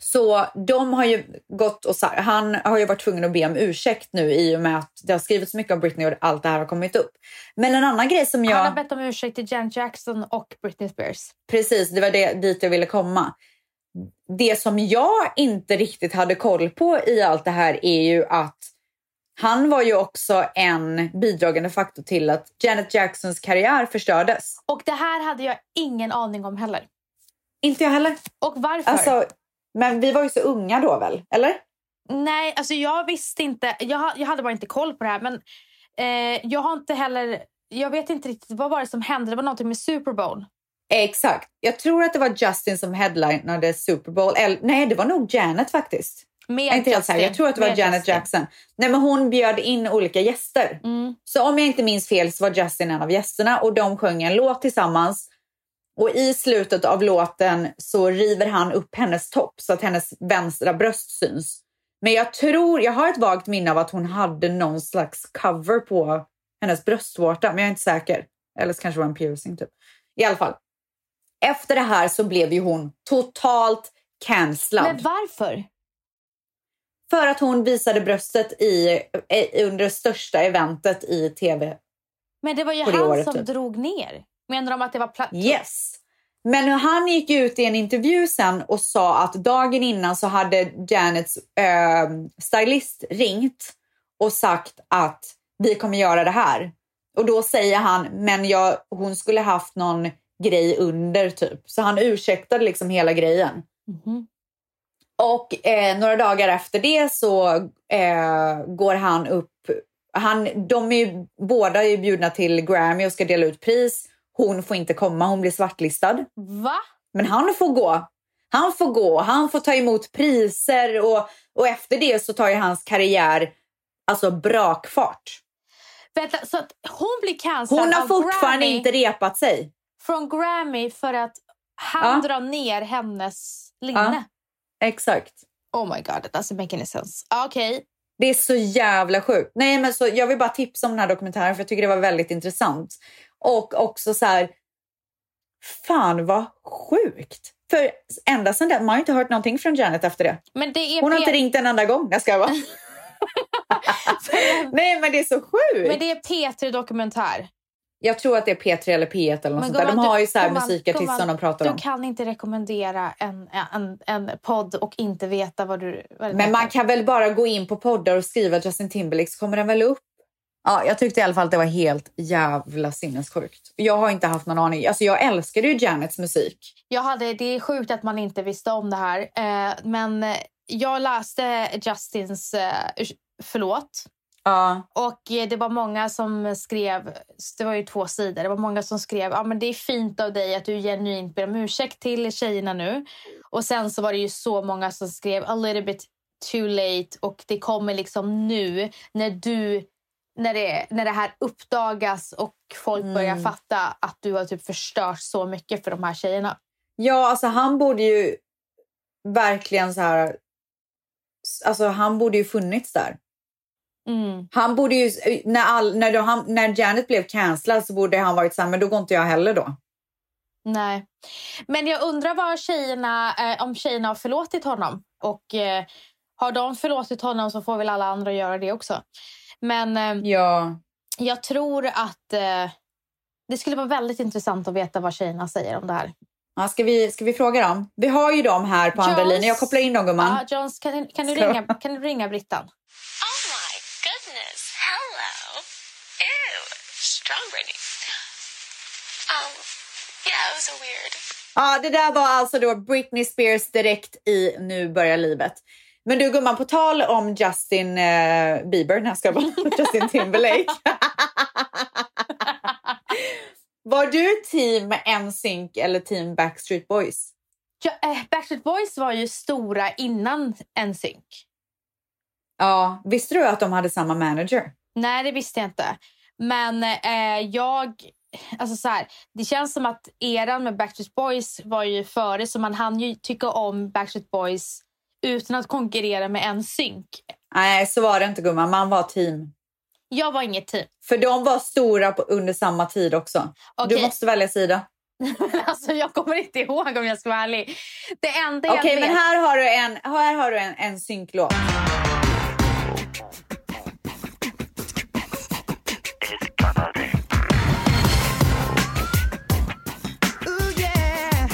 Så de har ju gått och sagt, han har ju varit tvungen att be om ursäkt nu i och med att det har skrivits mycket om Britney och allt det här har kommit upp. Men en annan grej som jag... Han har bett om ursäkt till Janet Jackson och Britney Spears. Precis, det var dit jag ville komma. Det som jag inte riktigt hade koll på i allt det här är ju att han var ju också en bidragande faktor till att Janet Jacksons karriär förstördes. Och det här hade jag ingen aning om heller. Inte jag heller. Och varför? Alltså, men vi var ju så unga då väl, eller? Nej, alltså jag visste inte. Jag hade bara inte koll på det här. Men jag har inte heller... Jag vet inte riktigt vad var det som hände. Det var någonting med Super Bowl. Exakt. Jag tror att det var Justin som headlinade Super Bowl. Nej, det var nog Janet faktiskt. Med jag är inte helt säker. Jag tror att det var Janet Jackson. Nej, men hon bjöd in olika gäster. Så om jag inte minns fel så var Justin en av gästerna. Och de sjöng en låt tillsammans. Och i slutet av låten så river han upp hennes topp så att hennes vänstra bröst syns. Men jag har ett vagt minne av att hon hade någon slags cover på hennes bröstvårta. Men jag är inte säker. Eller så kanske det var en piercing typ. I alla fall. Efter det här så blev ju hon totalt cancellad. Men varför? För att hon visade bröstet under det största eventet i tv. Men det var ju han som drog ner. Menar de att det var Yes. Men han gick ut i en intervju sen och sa att dagen innan så hade Janets stylist ringt och sagt att vi kommer göra det här. Och då säger han, men hon skulle haft någon grej under typ. Så han ursäktade liksom hela grejen. Mm-hmm. Och några dagar efter det så går han upp. Båda är bjudna till Grammy och ska dela ut pris. Hon får inte komma, hon blir svartlistad. Va? Men han får gå. Han får ta emot priser. Och efter det så tar ju hans karriär alltså brakfart. Vänta, så att hon blir cancellad. Hon har fortfarande Grammy, inte repat sig. Från Grammy för att han drar ner hennes linne. Ja, exakt. Oh my god, it doesn't make any sense. Okej. Det är så jävla sjukt. Nej, men så jag vill bara tipsa om den här dokumentären för jag tycker det var väldigt intressant. Och också så här, fan vad sjukt. För ända sedan det, man har inte hört någonting från Janet efter det. Men det är hon har inte ringt en enda gång, jag ska vara. Nej, men det är så sjukt. Men det är P3-dokumentär. Jag tror att det är P3 eller P1 eller något sånt där. De har ju så här musikartister som de pratar om. Du kan inte rekommendera en podd och inte veta vad men man kan väl bara gå in på poddar och skriva Justin Timberlake så kommer den väl upp. Ja, jag tyckte i alla fall att det var helt jävla sinnessjukt. Jag har inte haft någon aning. Alltså jag älskade ju Janets musik. Det är sjukt att man inte visste om det här. Men jag läste Justins förlåt. Ja. Och det var många som skrev, det var ju 2 sidor. Det var många som skrev, men det är fint av dig att du genuint ber om ursäkt till tjejerna nu. Och sen så var det ju så många som skrev a little bit too late. Och det kommer liksom nu när det här uppdagas och folk börjar fatta att du har typ förstört så mycket för de här tjejerna. Ja, alltså han borde ju verkligen så här, alltså han borde ju funnits där. Han borde ju när Janet blev cancellad så borde han varit så här, men då går inte jag heller då. Nej. Men jag undrar vad om tjejerna har förlåtit honom. Och har de förlåtit honom så får väl alla andra göra det också. Men jag tror att det skulle vara väldigt intressant att veta vad tjejerna säger om det här. Ja, ska vi fråga dem? Vi har ju dem här på andra linjen. Jag kopplar in dem, gumman. Ja, Jones, kan du ringa Brittan? Oh my goodness. Hello. Ew. Strong Britney. Yeah, it was so weird. Ja, det där var alltså då Britney Spears direkt i Nu börjar livet. Men du gumman, på tal om Justin Bieber, när ska jag vara Justin Timberlake. Var du team NSYNC eller team Backstreet Boys? Ja, Backstreet Boys var ju stora innan NSYNC. Ja, visste du att de hade samma manager? Nej, det visste jag inte. Men alltså så här, det känns som att eran med Backstreet Boys var ju före, så man hann ju tycka om Backstreet Boys utan att konkurrera med NSYNC. Nej, så var det inte, gumman. Man var team. Jag var inget team. För de var stora under samma tid också. Okay. Du måste välja sida. Alltså jag kommer inte ihåg om jag ska vara ärlig. Det enda jag Okej, vet... men här har du en synklåt. Ooh, yeah.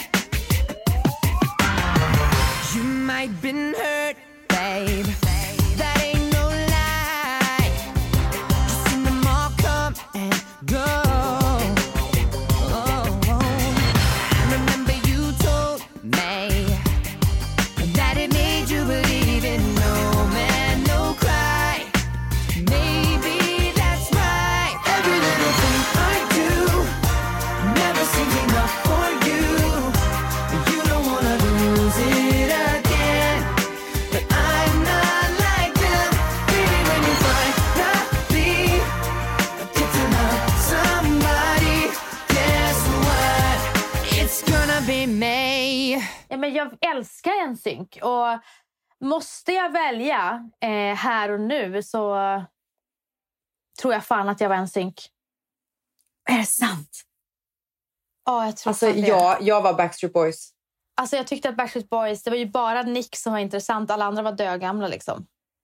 You might been hurt, babe. That ain't no lie. Just seen them all come and go. Oh, I remember you told me that it made you believe in no man, no cry. Maybe that's right. Every little thing I do never seems enough for you. You don't wanna lose it again, but I'm not like them. Baby, when you finally get to love somebody, guess what? It's gonna be me. Ja, men jag älskar en synk. Och måste jag välja här och nu så tror jag fan att jag var en synk. Är det sant? Ja, jag tror Alltså, fan det. jag var Backstreet Boys. Alltså jag tyckte att Backstreet Boys, det var ju bara Nick som var intressant. Alla andra var dögamla liksom.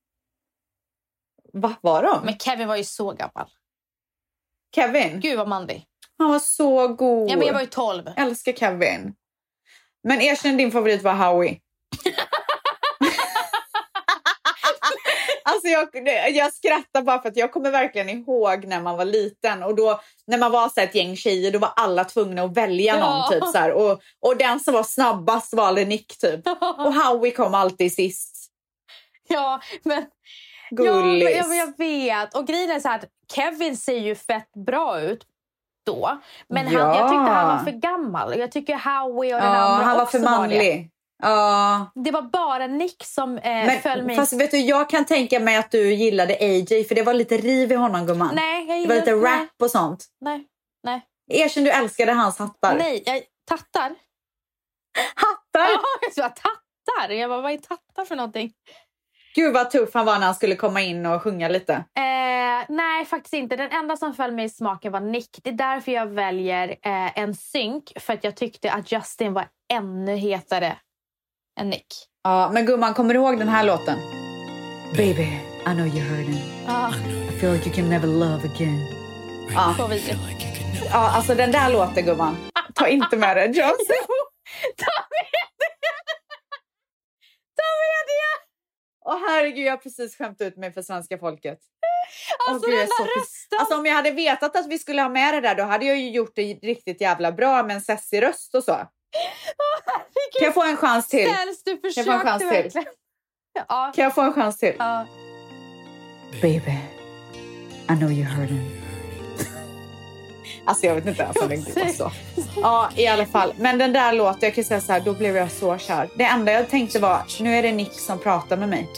Vad var de? Men Kevin var ju så gammal. Kevin? Gud vad manlig. Han var så god. Ja, men jag var ju 12. Älskar Kevin. Men erkänn din favorit var Howie. Alltså jag skrattar bara för att jag kommer verkligen ihåg när man var liten. Och då när man var så ett gäng tjejer, då var alla tvungna att välja någon typ så här. Och den som var snabbast valde Nick typ. Och Howie kom alltid sist. Ja, men... Gullis. Ja, men jag vet. Och grejen är så här att Kevin ser ju fett bra ut då. Men jag tyckte han var för gammal. Jag tycker Howie och den andra han var också för manlig. Ja. Det var bara Nick som föll mig. Fast vet du, jag kan tänka mig att du gillade AJ. För det var lite riv i honom, gumman. Nej, jag det var lite rap och sånt. Nej. Erkänn, du älskade hans hattar. Nej, tattar. Hattar? Ja, jag bara, tattar. Jag bara, vad är tattar för någonting? Gud vad tuff han var när han skulle komma in och sjunga lite. Nej, faktiskt inte. Den enda som föll mig i smaken var Nick. Det är därför jag väljer en synk. För att jag tyckte att Justin var ännu hetare än Nick. Ja, men gumman, kommer du ihåg den här låten? Baby, I know you heard him. I feel like you can never love again. Så vidare. Ja, alltså den där låten, gumman. Ta inte med den, Justin. Ta med det! Åh herregud, jag har precis skämt ut mig för svenska folket. Alltså den där rösten. Alltså om jag hade vetat att vi skulle ha med det där, då hade jag ju gjort det riktigt jävla bra med en sessig röst och så. Kan jag få en chans till? Ställs, du försökte verkligen. Ja. Kan jag få en chans till? Ja. Baby, I know you heard him. Alltså jag vet inte ens om det går så. Ja, i alla fall. Men den där låten, jag kan säga så här, då blev jag så kär. Det enda jag tänkte var, nu är det Nick som pratar med mig.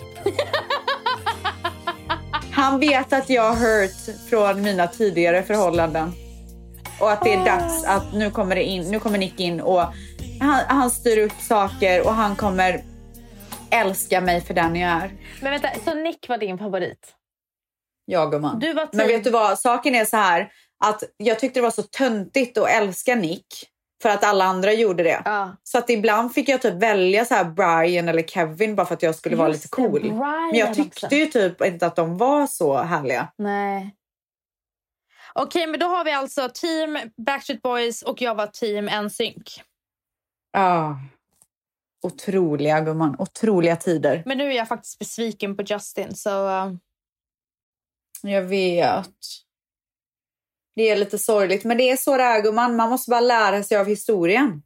Han vet att jag har hört från mina tidigare förhållanden. Och att det är dags att nu kommer Nick in och han styr upp saker och han kommer älska mig för den jag är. Men vänta, så Nick var din favorit? Ja, gumman. Du var Men vet du vad, saken är så här att jag tyckte det var så töntigt att älska Nick för att alla andra gjorde det. Ja. Så att ibland fick jag typ välja så här Brian eller Kevin bara för att jag skulle vara lite cool. Brian, men jag tyckte ju typ inte att de var så härliga. Nej. Okej, men då har vi alltså team Backstreet Boys och jag var team NSYNC. Ja. Otroliga, gumman. Otroliga tider. Men nu är jag faktiskt besviken på Justin, så... Jag vet. Det är lite sorgligt. Men det är så det är, gumman. Man måste bara lära sig av historien.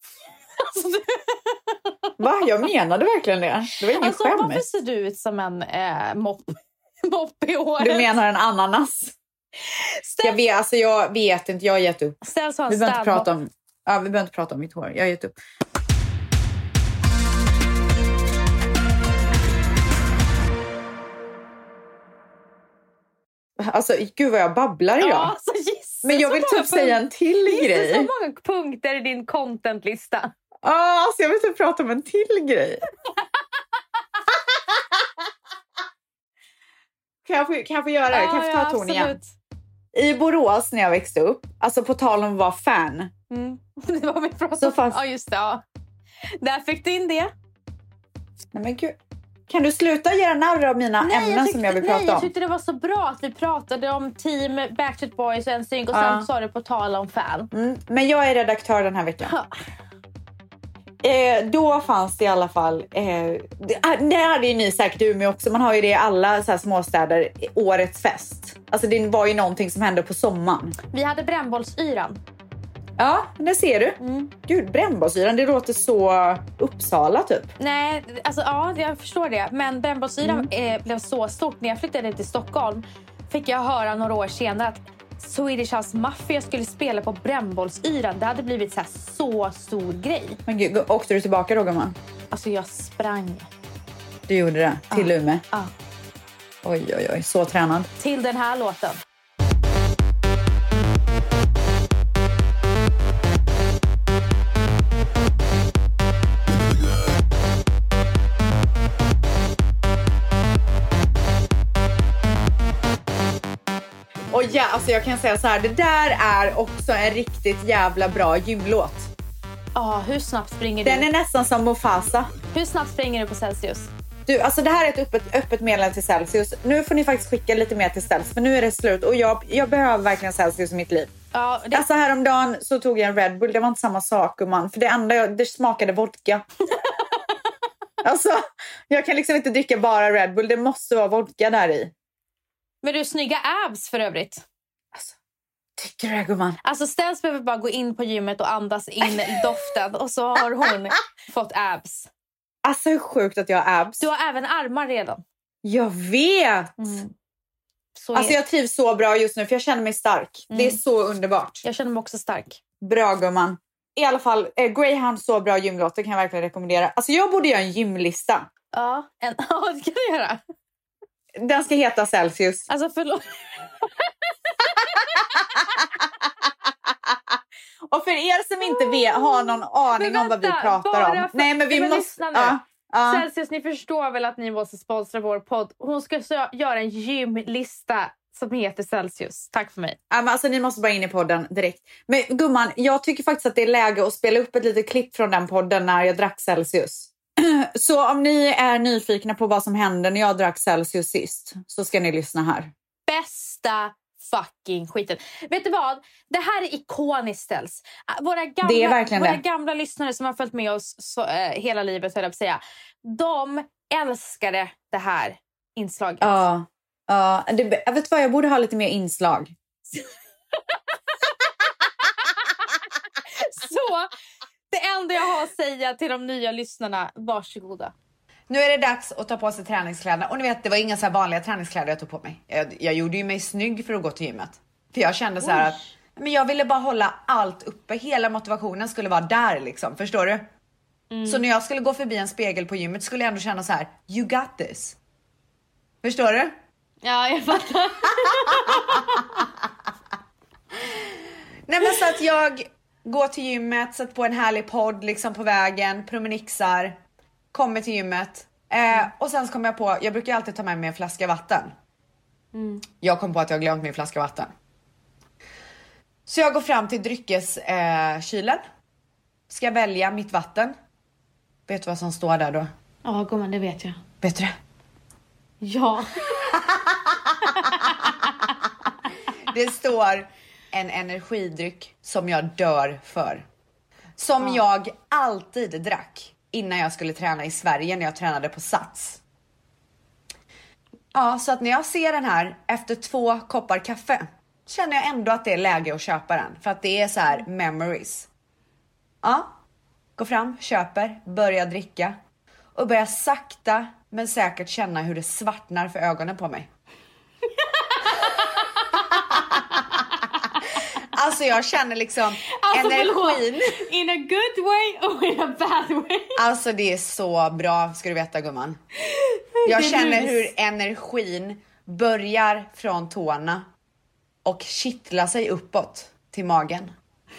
Va? Jag menade verkligen det. Det var ingen skämt. Varför ser du ut som en mopp i håret? Du menar en ananas? Jag vet inte. Jag har gett upp. Vi behöver inte prata om mitt hår. Jag har gett upp. Alltså, gud vad jag babblar idag. Ja, alltså, men jag vill typ säga en till grej. Så många punkter i din contentlista. Alltså jag vill typ prata om en till grej. Kan jag få göra det? Kan jag få ta ton igen? I Borås när jag växte upp, alltså på tal om att vara fan. Det var vi pratade Så om. fast... Ja, just det. Ja. Där fick du in det. Nej men gud. Kan du sluta göra narr av mina ämnen som jag vill prata om? Jag tyckte det var så bra att vi pratade om team Backstreet Boys och NSYNC och sen sa du på tal om fan. Men jag är redaktör den här veckan. Då fanns det i alla fall... det hade ju ni säkert i Umeå också. Man har ju det i alla så här småstäder. Årets fest. Alltså det var ju någonting som hände på sommaren. Vi hade brännbollsyran. Ja, det ser du. Gud, brännbollsyran, det låter så Uppsala typ. Nej, alltså ja, jag förstår det. Men brännbollsyran blev så stort. När jag flyttade till Stockholm fick jag höra några år senare att Swedish House Mafia skulle spela på brännbollsyran. Det hade blivit så stor grej. Men gud, åkte du tillbaka då, gumman? Alltså jag sprang. Du gjorde det? Till Umeå? Ja. Oj, så tränad. Till den här låten. Och ja, alltså jag kan säga så här, det där är också en riktigt jävla bra gymlåt. Ja, hur snabbt springer du? Den är nästan som Mufasa. Hur snabbt springer du på Celsius? Du, alltså det här är ett öppet meddelande till Celsius. Nu får ni faktiskt skicka lite mer till Celsius, för nu är det slut. Och jag behöver verkligen Celsius i mitt liv. Ja, Alltså häromdagen så tog jag en Red Bull. Det var inte samma sak, man. För det smakade vodka. Alltså, jag kan liksom inte dricka bara Red Bull. Det måste vara vodka där i. Men du, snygga abs för övrigt. Alltså, tycker du det, gumman? Alltså Stens behöver bara gå in på gymmet och andas in doften. Och så har hon fått abs. Alltså hur sjukt att jag har abs. Du har även armar redan. Jag vet! Alltså jag trivs så bra just nu för jag känner mig stark. Det är så underbart. Jag känner mig också stark. Bra, gumman. I alla fall, Greyhound, så bra gymlåt. Det kan jag verkligen rekommendera. Alltså jag borde göra en gymlista. Ja, det kan du göra. Den ska heta Celsius. Alltså förlåt. Och för er som inte har någon aning om vad vi pratar om. Nej, men vi måste... Celsius, ni förstår väl att ni måste sponsra vår podd. Hon ska göra en gymlista som heter Celsius. Tack för mig. Ja, men alltså ni måste bara in i podden direkt. Men gumman, jag tycker faktiskt att det är läge att spela upp ett litet klipp från den podden när jag drack Celsius. Så om ni är nyfikna på vad som hände när jag drack Celsius sist, så ska ni lyssna här. Bästa fucking skiten. Vet du vad? Det här är ikoniskt, Ställs. Det är verkligen våra det. gamla lyssnare som har följt med oss hela livet, höll jag på att säga. De älskade det här inslaget. Ja. Jag vet vad, jag borde ha lite mer inslag. Så, det enda jag har att säga till de nya lyssnarna, varsågoda. Nu är det dags att ta på sig träningskläderna. Och ni vet, det var inga så här vanliga träningskläder jag tog på mig. Jag gjorde ju mig snygg för att gå till gymmet. För jag kände så här att men jag ville bara hålla allt uppe. Hela motivationen skulle vara där liksom. Förstår du? Så när jag skulle gå förbi en spegel på gymmet skulle jag ändå känna så här: you got this. Förstår du? Ja, jag fattar. Nej, men så att jag går till gymmet, sätter på en härlig podd liksom på vägen, promenixar, kommer till gymmet. Och sen så kommer jag på, jag brukar alltid ta med mig en flaska vatten. Jag kom på att jag har glömt min flaska vatten. Så jag går fram till dryckeskylen. Ska välja mitt vatten. Vet du vad som står där då? Ja, gumman, det vet jag. Vet du det? Ja. Det står en energidryck som jag dör för. Som jag alltid drack innan jag skulle träna i Sverige när jag tränade på Sats. Ja, så att när jag ser den här efter 2 koppar kaffe känner jag ändå att det är läge att köpa den. För att det är så här memories. Ja, går fram, köper, börjar dricka. Och börjar sakta men säkert känna hur det svartnar för ögonen på mig. Alltså jag känner liksom energin. In a good way or in a bad way. Alltså det är så bra, ska du veta, gumman. Jag känner hur energin börjar från tårna och kittlar sig uppåt till magen.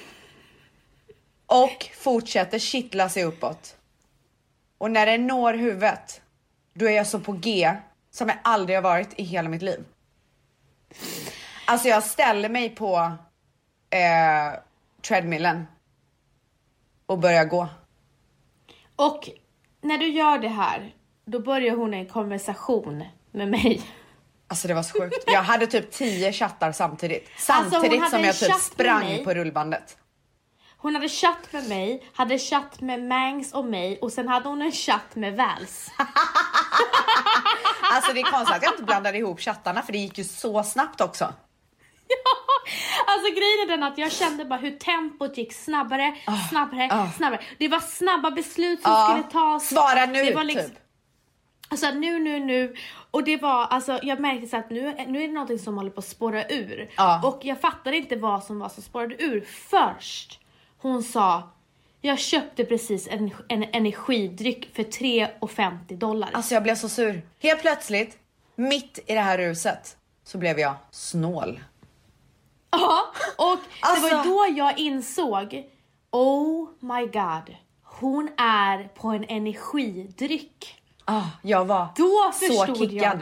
Och fortsätter kittla sig uppåt. Och när det når huvudet, då är jag så på G som jag aldrig har varit i hela mitt liv. Alltså jag ställer mig på treadmillen och börjar gå. Och när du gör det här, då börjar hon en konversation med mig. Alltså det var så sjukt. Jag hade typ 10 chattar samtidigt. Samtidigt som jag typ sprang på rullbandet. Hon hade chatt med mig, hade chatt med Mangs och mig och sen hade hon en chatt med Vals. Alltså det är konstigt att jag inte blandade ihop chattarna för det gick ju så snabbt också. Alltså grejen är den att jag kände bara hur tempot gick snabbare. Det var snabba beslut som skulle tas. Svara nu det var liksom, typ. Alltså nu. Och det var, alltså jag märkte så att nu är det någonting som håller på att spåra ur. Och jag fattade inte vad som var som spårade ur först. Hon sa, jag köpte precis en energidryck för $3,50. Alltså jag blev så sur. Helt plötsligt, mitt i det här ruset, så blev jag snål. Ja, och alltså, det var då jag insåg, oh my god, hon är på en energidryck. Jag var då så kickad.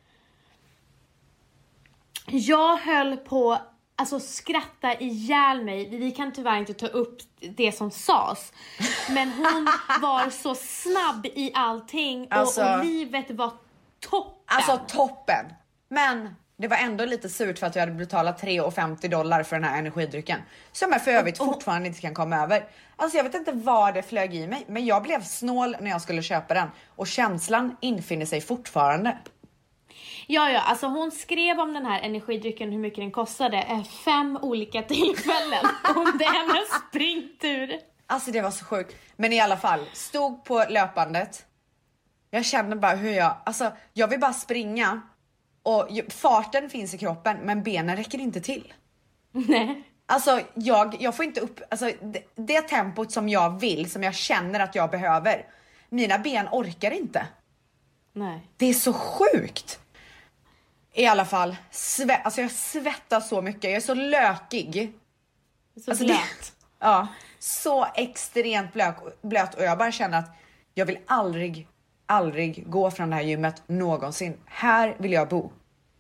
Jag höll på alltså skratta ihjäl mig. Vi kan tyvärr inte ta upp det som sades. Men hon var så snabb i allting. Och livet var toppen. Alltså toppen. Men det var ändå lite surt för att jag hade betalat $3,50 för den här energidrycken. Som jag för övrigt fortfarande inte kan komma över. Alltså jag vet inte vad det flög i mig. Men jag blev snål när jag skulle köpa den. Och känslan infinner sig fortfarande. Ja, alltså hon skrev om den här energidrycken, hur mycket den kostade, 5 olika tillfällen. Om det är hennes springtur. Alltså det var så sjukt. Men i alla fall, stod på löpandet. Jag kände bara hur jag vill bara springa. Och farten finns i kroppen, men benen räcker inte till. Nej. Alltså jag får inte upp, alltså det tempot som jag vill, som jag känner att jag behöver. Mina ben orkar inte. Nej. Det är så sjukt. I alla fall, alltså jag svettas så mycket. Jag är så lökig. Så alltså blöt. Ja, så extremt blöt. Och jag bara känner att jag vill aldrig gå från det här gymmet någonsin. Här vill jag bo.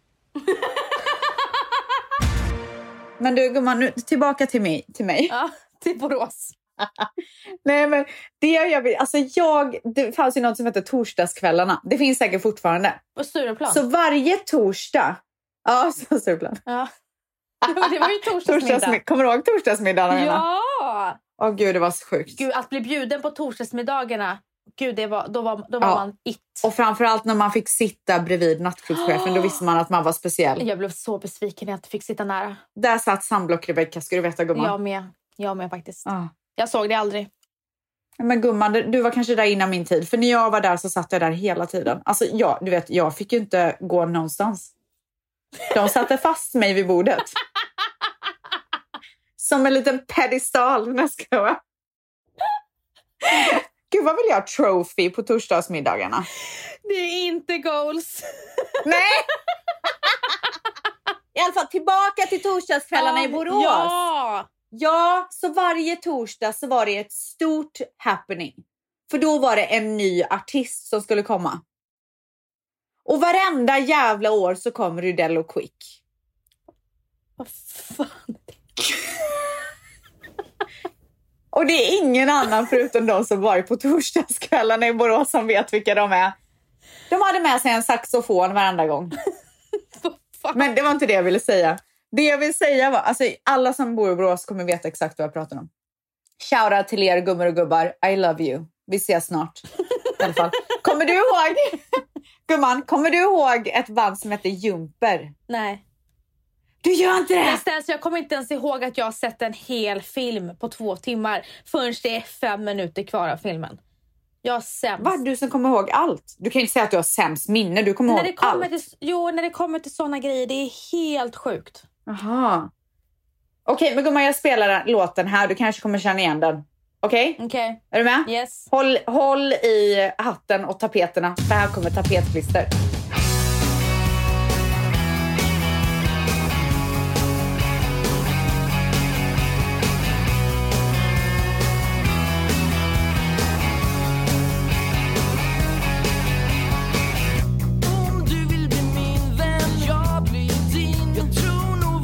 Men du gumman, nu tillbaka till mig. Ja, till Borås. Nej men det fanns ju något som heter torsdagskvällarna. Det finns säkert fortfarande. På Stureplan. Så varje torsdag. Ja, så Stureplan. Ja. Det var ju torsdagsmiddag. Kommer du ihåg torsdagsmiddagarna? Ja. Åh gud, det var så sjukt. Gud, att bli bjuden på torsdagsmiddagarna. Gud, då var man it. Och framförallt när man fick sitta bredvid nattklubbschefen, då visste man att man var speciell. Jag blev så besviken när jag inte fick sitta nära. Där satt Sandblock Rebecca, ska du veta gumman. Jag med faktiskt. Jag såg det aldrig. Men gumman, du var kanske där innan min tid. För när jag var där så satt jag där hela tiden. Alltså du vet, jag fick ju inte gå någonstans. De satte fast mig vid bordet. Som en liten pedestal nästa. Gud, vad vill jag ha trophy på torsdagsmiddagarna? Det är inte goals. Nej! I alla fall tillbaka till torsdagskvällarna i Borås. Ja, så varje torsdag så var det ett stort happening. För då var det en ny artist som skulle komma. Och varenda jävla år så kommer Rydell och Quick. Vad fan? Och det är ingen annan förutom de som varit på torsdagskvällarna i Borås som vet vilka de är. De hade med sig en saxofon varenda gång. Men det var inte det jag ville säga. Det jag vill säga var, alltså alla som bor i Borås kommer veta exakt vad jag pratar om. Shoutout till er gummor och gubbar. I love you. Vi ses snart. I alla fall. Kommer du ihåg? Gumman, kommer du ihåg ett band som heter Jumper? Nej. Du gör inte det? Jag kommer inte ens ihåg att jag har sett en hel film på 2 timmar. Förrän det är 5 minuter kvar av filmen. Jag har sämst. Vad? Du som kommer ihåg allt? Du kan inte säga att du har sämst minne. Du kommer ihåg allt. När det kommer till såna grejer. Det är helt sjukt. Aha. Okej, men gumman, jag spelar låten här. Du kanske kommer känna igen den. Okej? Okej. Är du med? Yes. Håll i hatten och tapeterna. För här kommer tapetklister. Om du vill bli min vän, jag blir din. Jag tror nog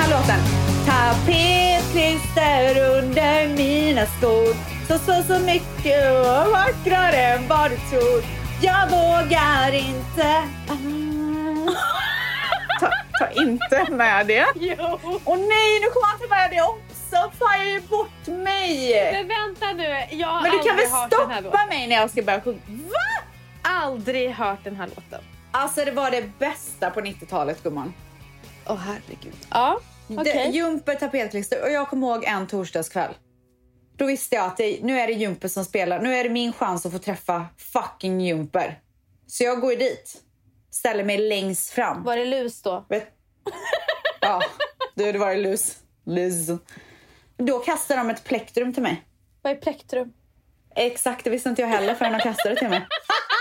här låten. Tapetklister under mina skor. Så mycket och vackrare än vad du tror. Jag vågar inte. Ta inte med det. Jo. Åh nej, nu kommer han inte med det också. Fan, jag är bort mig. Men vänta nu. Jag har Men du kan väl aldrig hört den här stoppa låten. mig när jag ska börja sjunga. Va? Aldrig hört den här låten. Alltså det var det bästa på 90-talet, gumman. Åh herregud. Ja, okej. Jumper, tapetklister. Och jag kommer ihåg en torsdagskväll. Då visste jag att nu är det Jumper som spelar. Nu är det min chans att få träffa fucking Jumper. Så jag går dit. Ställer mig längst fram. Var det lus då? Ja, det var det lus. Då kastar de ett plektrum till mig. Vad är plektrum? Exakt, det visste inte jag heller förrän de kastade det till mig.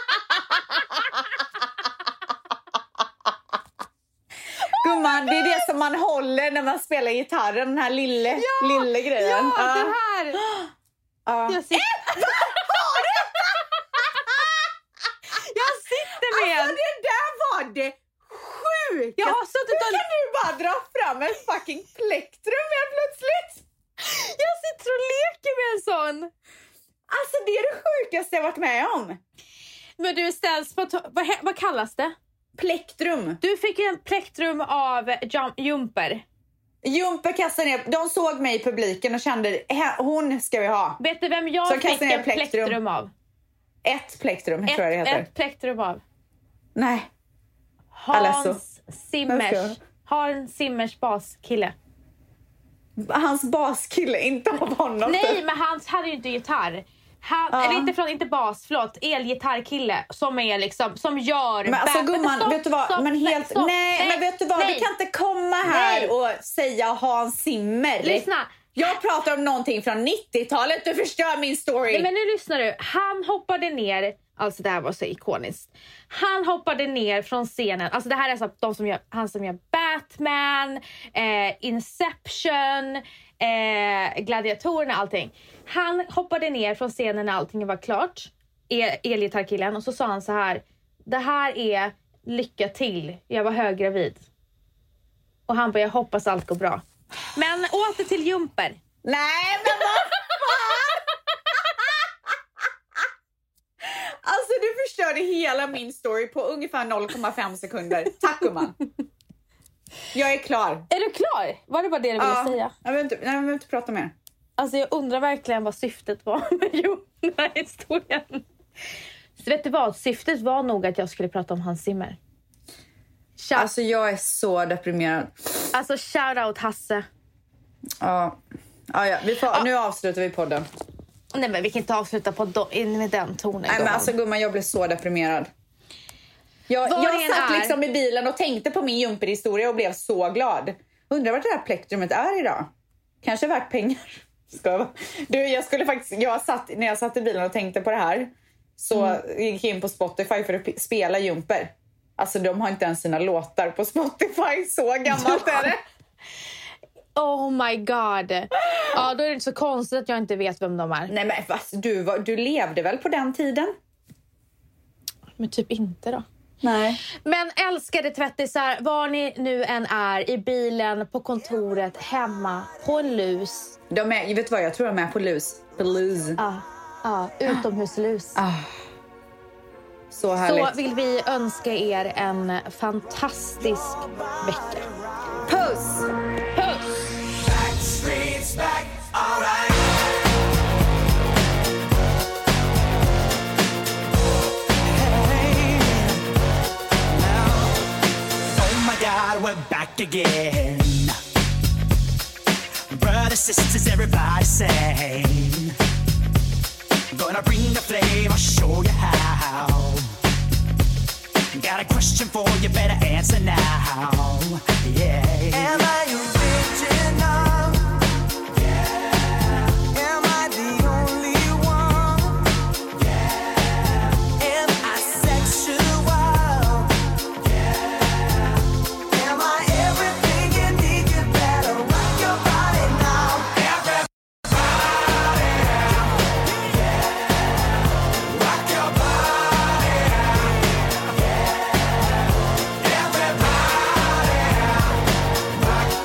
Gumman, det är det som man håller när man spelar gitarren. Den här lille grejen. Ja, det här! Jag sitter med Alltså det där var det sjukt. Jag har suttit och... Kan du bara dra fram en fucking plektrum helt plötsligt? Jag sitter och leker med en sån. Alltså det är det sjukaste jag varit med om. Men du ställs på... Vad kallas det? Plektrum. Du fick en plektrum av Jumper. Jumper kastade ner. De såg mig i publiken och kände, hon ska vi ha. Vet du vem jag fick en plektrum av? Ett plektrum, tror jag det heter. Ett plektrum av. Nej. Hans Simmers baskille. Hans baskille, inte av honom. Nej, men han hade ju inte gitarr. Eller inte bas, förlåt. Elgitarrkille som är liksom, som gör... Men alltså gumman, vet du vad? Men vet du vad? Du kan inte komma här och säga Hans Zimmer. Lyssna. Jag pratar om någonting från 90-talet. Du förstör min story. Nej, men nu lyssnar du. Han hoppade ner. Alltså det här var så ikoniskt. Han hoppade ner från scenen. Alltså det här är så han som gör Batman, Inception, Gladiatorerna, allting. Han hoppade ner från scenen när allting var klart. Elgitarrkillen. Och så sa han så här: det här är lycka till. Jag var höggravid. Och han bara, jag hoppas allt går bra. Men åter till Jumper. Nej, men vad fan? Alltså du förstörde hela min story på ungefär 0,5 sekunder. Tack gumman. Jag är klar. Är du klar? Var det bara det du ville säga? Jag vill inte prata mer. Alltså jag undrar verkligen vad syftet var med den här historien. Så vet du vad? Syftet var nog att jag skulle prata om Hans Zimmer. Alltså jag är så deprimerad. Alltså shout out Hasse. Ja. Nu avslutar vi podden. Nej, men vi kan inte avsluta med den tonen. Nej, men alltså gumman, jag blev så deprimerad. Jag satt liksom i bilen och tänkte på min Jumper-historia och blev så glad. Undrar vad det här plektrumet är idag. Kanske värt pengar. När jag satt i bilen och tänkte på det här, så gick jag in på Spotify för att spela Jumper. Alltså de har inte ens sina låtar på Spotify. Så gammalt är det. Oh my god. Ja, då är det inte så konstigt att jag inte vet vem de är. Nej, men du levde väl på den tiden? Men typ inte då. Nej. Men älskade tvättisar, var ni nu än är, i bilen, på kontoret, hemma, på en lus. Vet du vad, jag tror de är på lus. På lus. Ja, utomhuslus. Så härligt. Så vill vi önska er en fantastisk vecka. Puss! Puss! Backstreet's back, all right. Hey, now, oh my God, we're back again. Brothers, sisters, everybody sing. Gonna bring the flame, I'll show you how. Got a question for you, better answer now. Yeah. Am I original? Yeah. Am I the only one? Yeah. Am I sexual? Yeah. Am I everything you need? You better rock your body now. Everybody. Yeah. Rock your body. Yeah. Everybody. Rock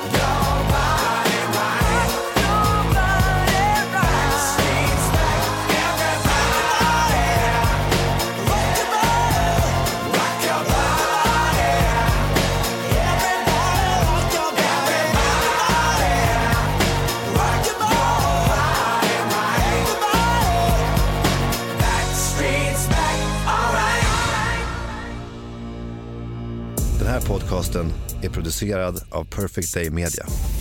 här podcasten är producerad av Perfect Day Media.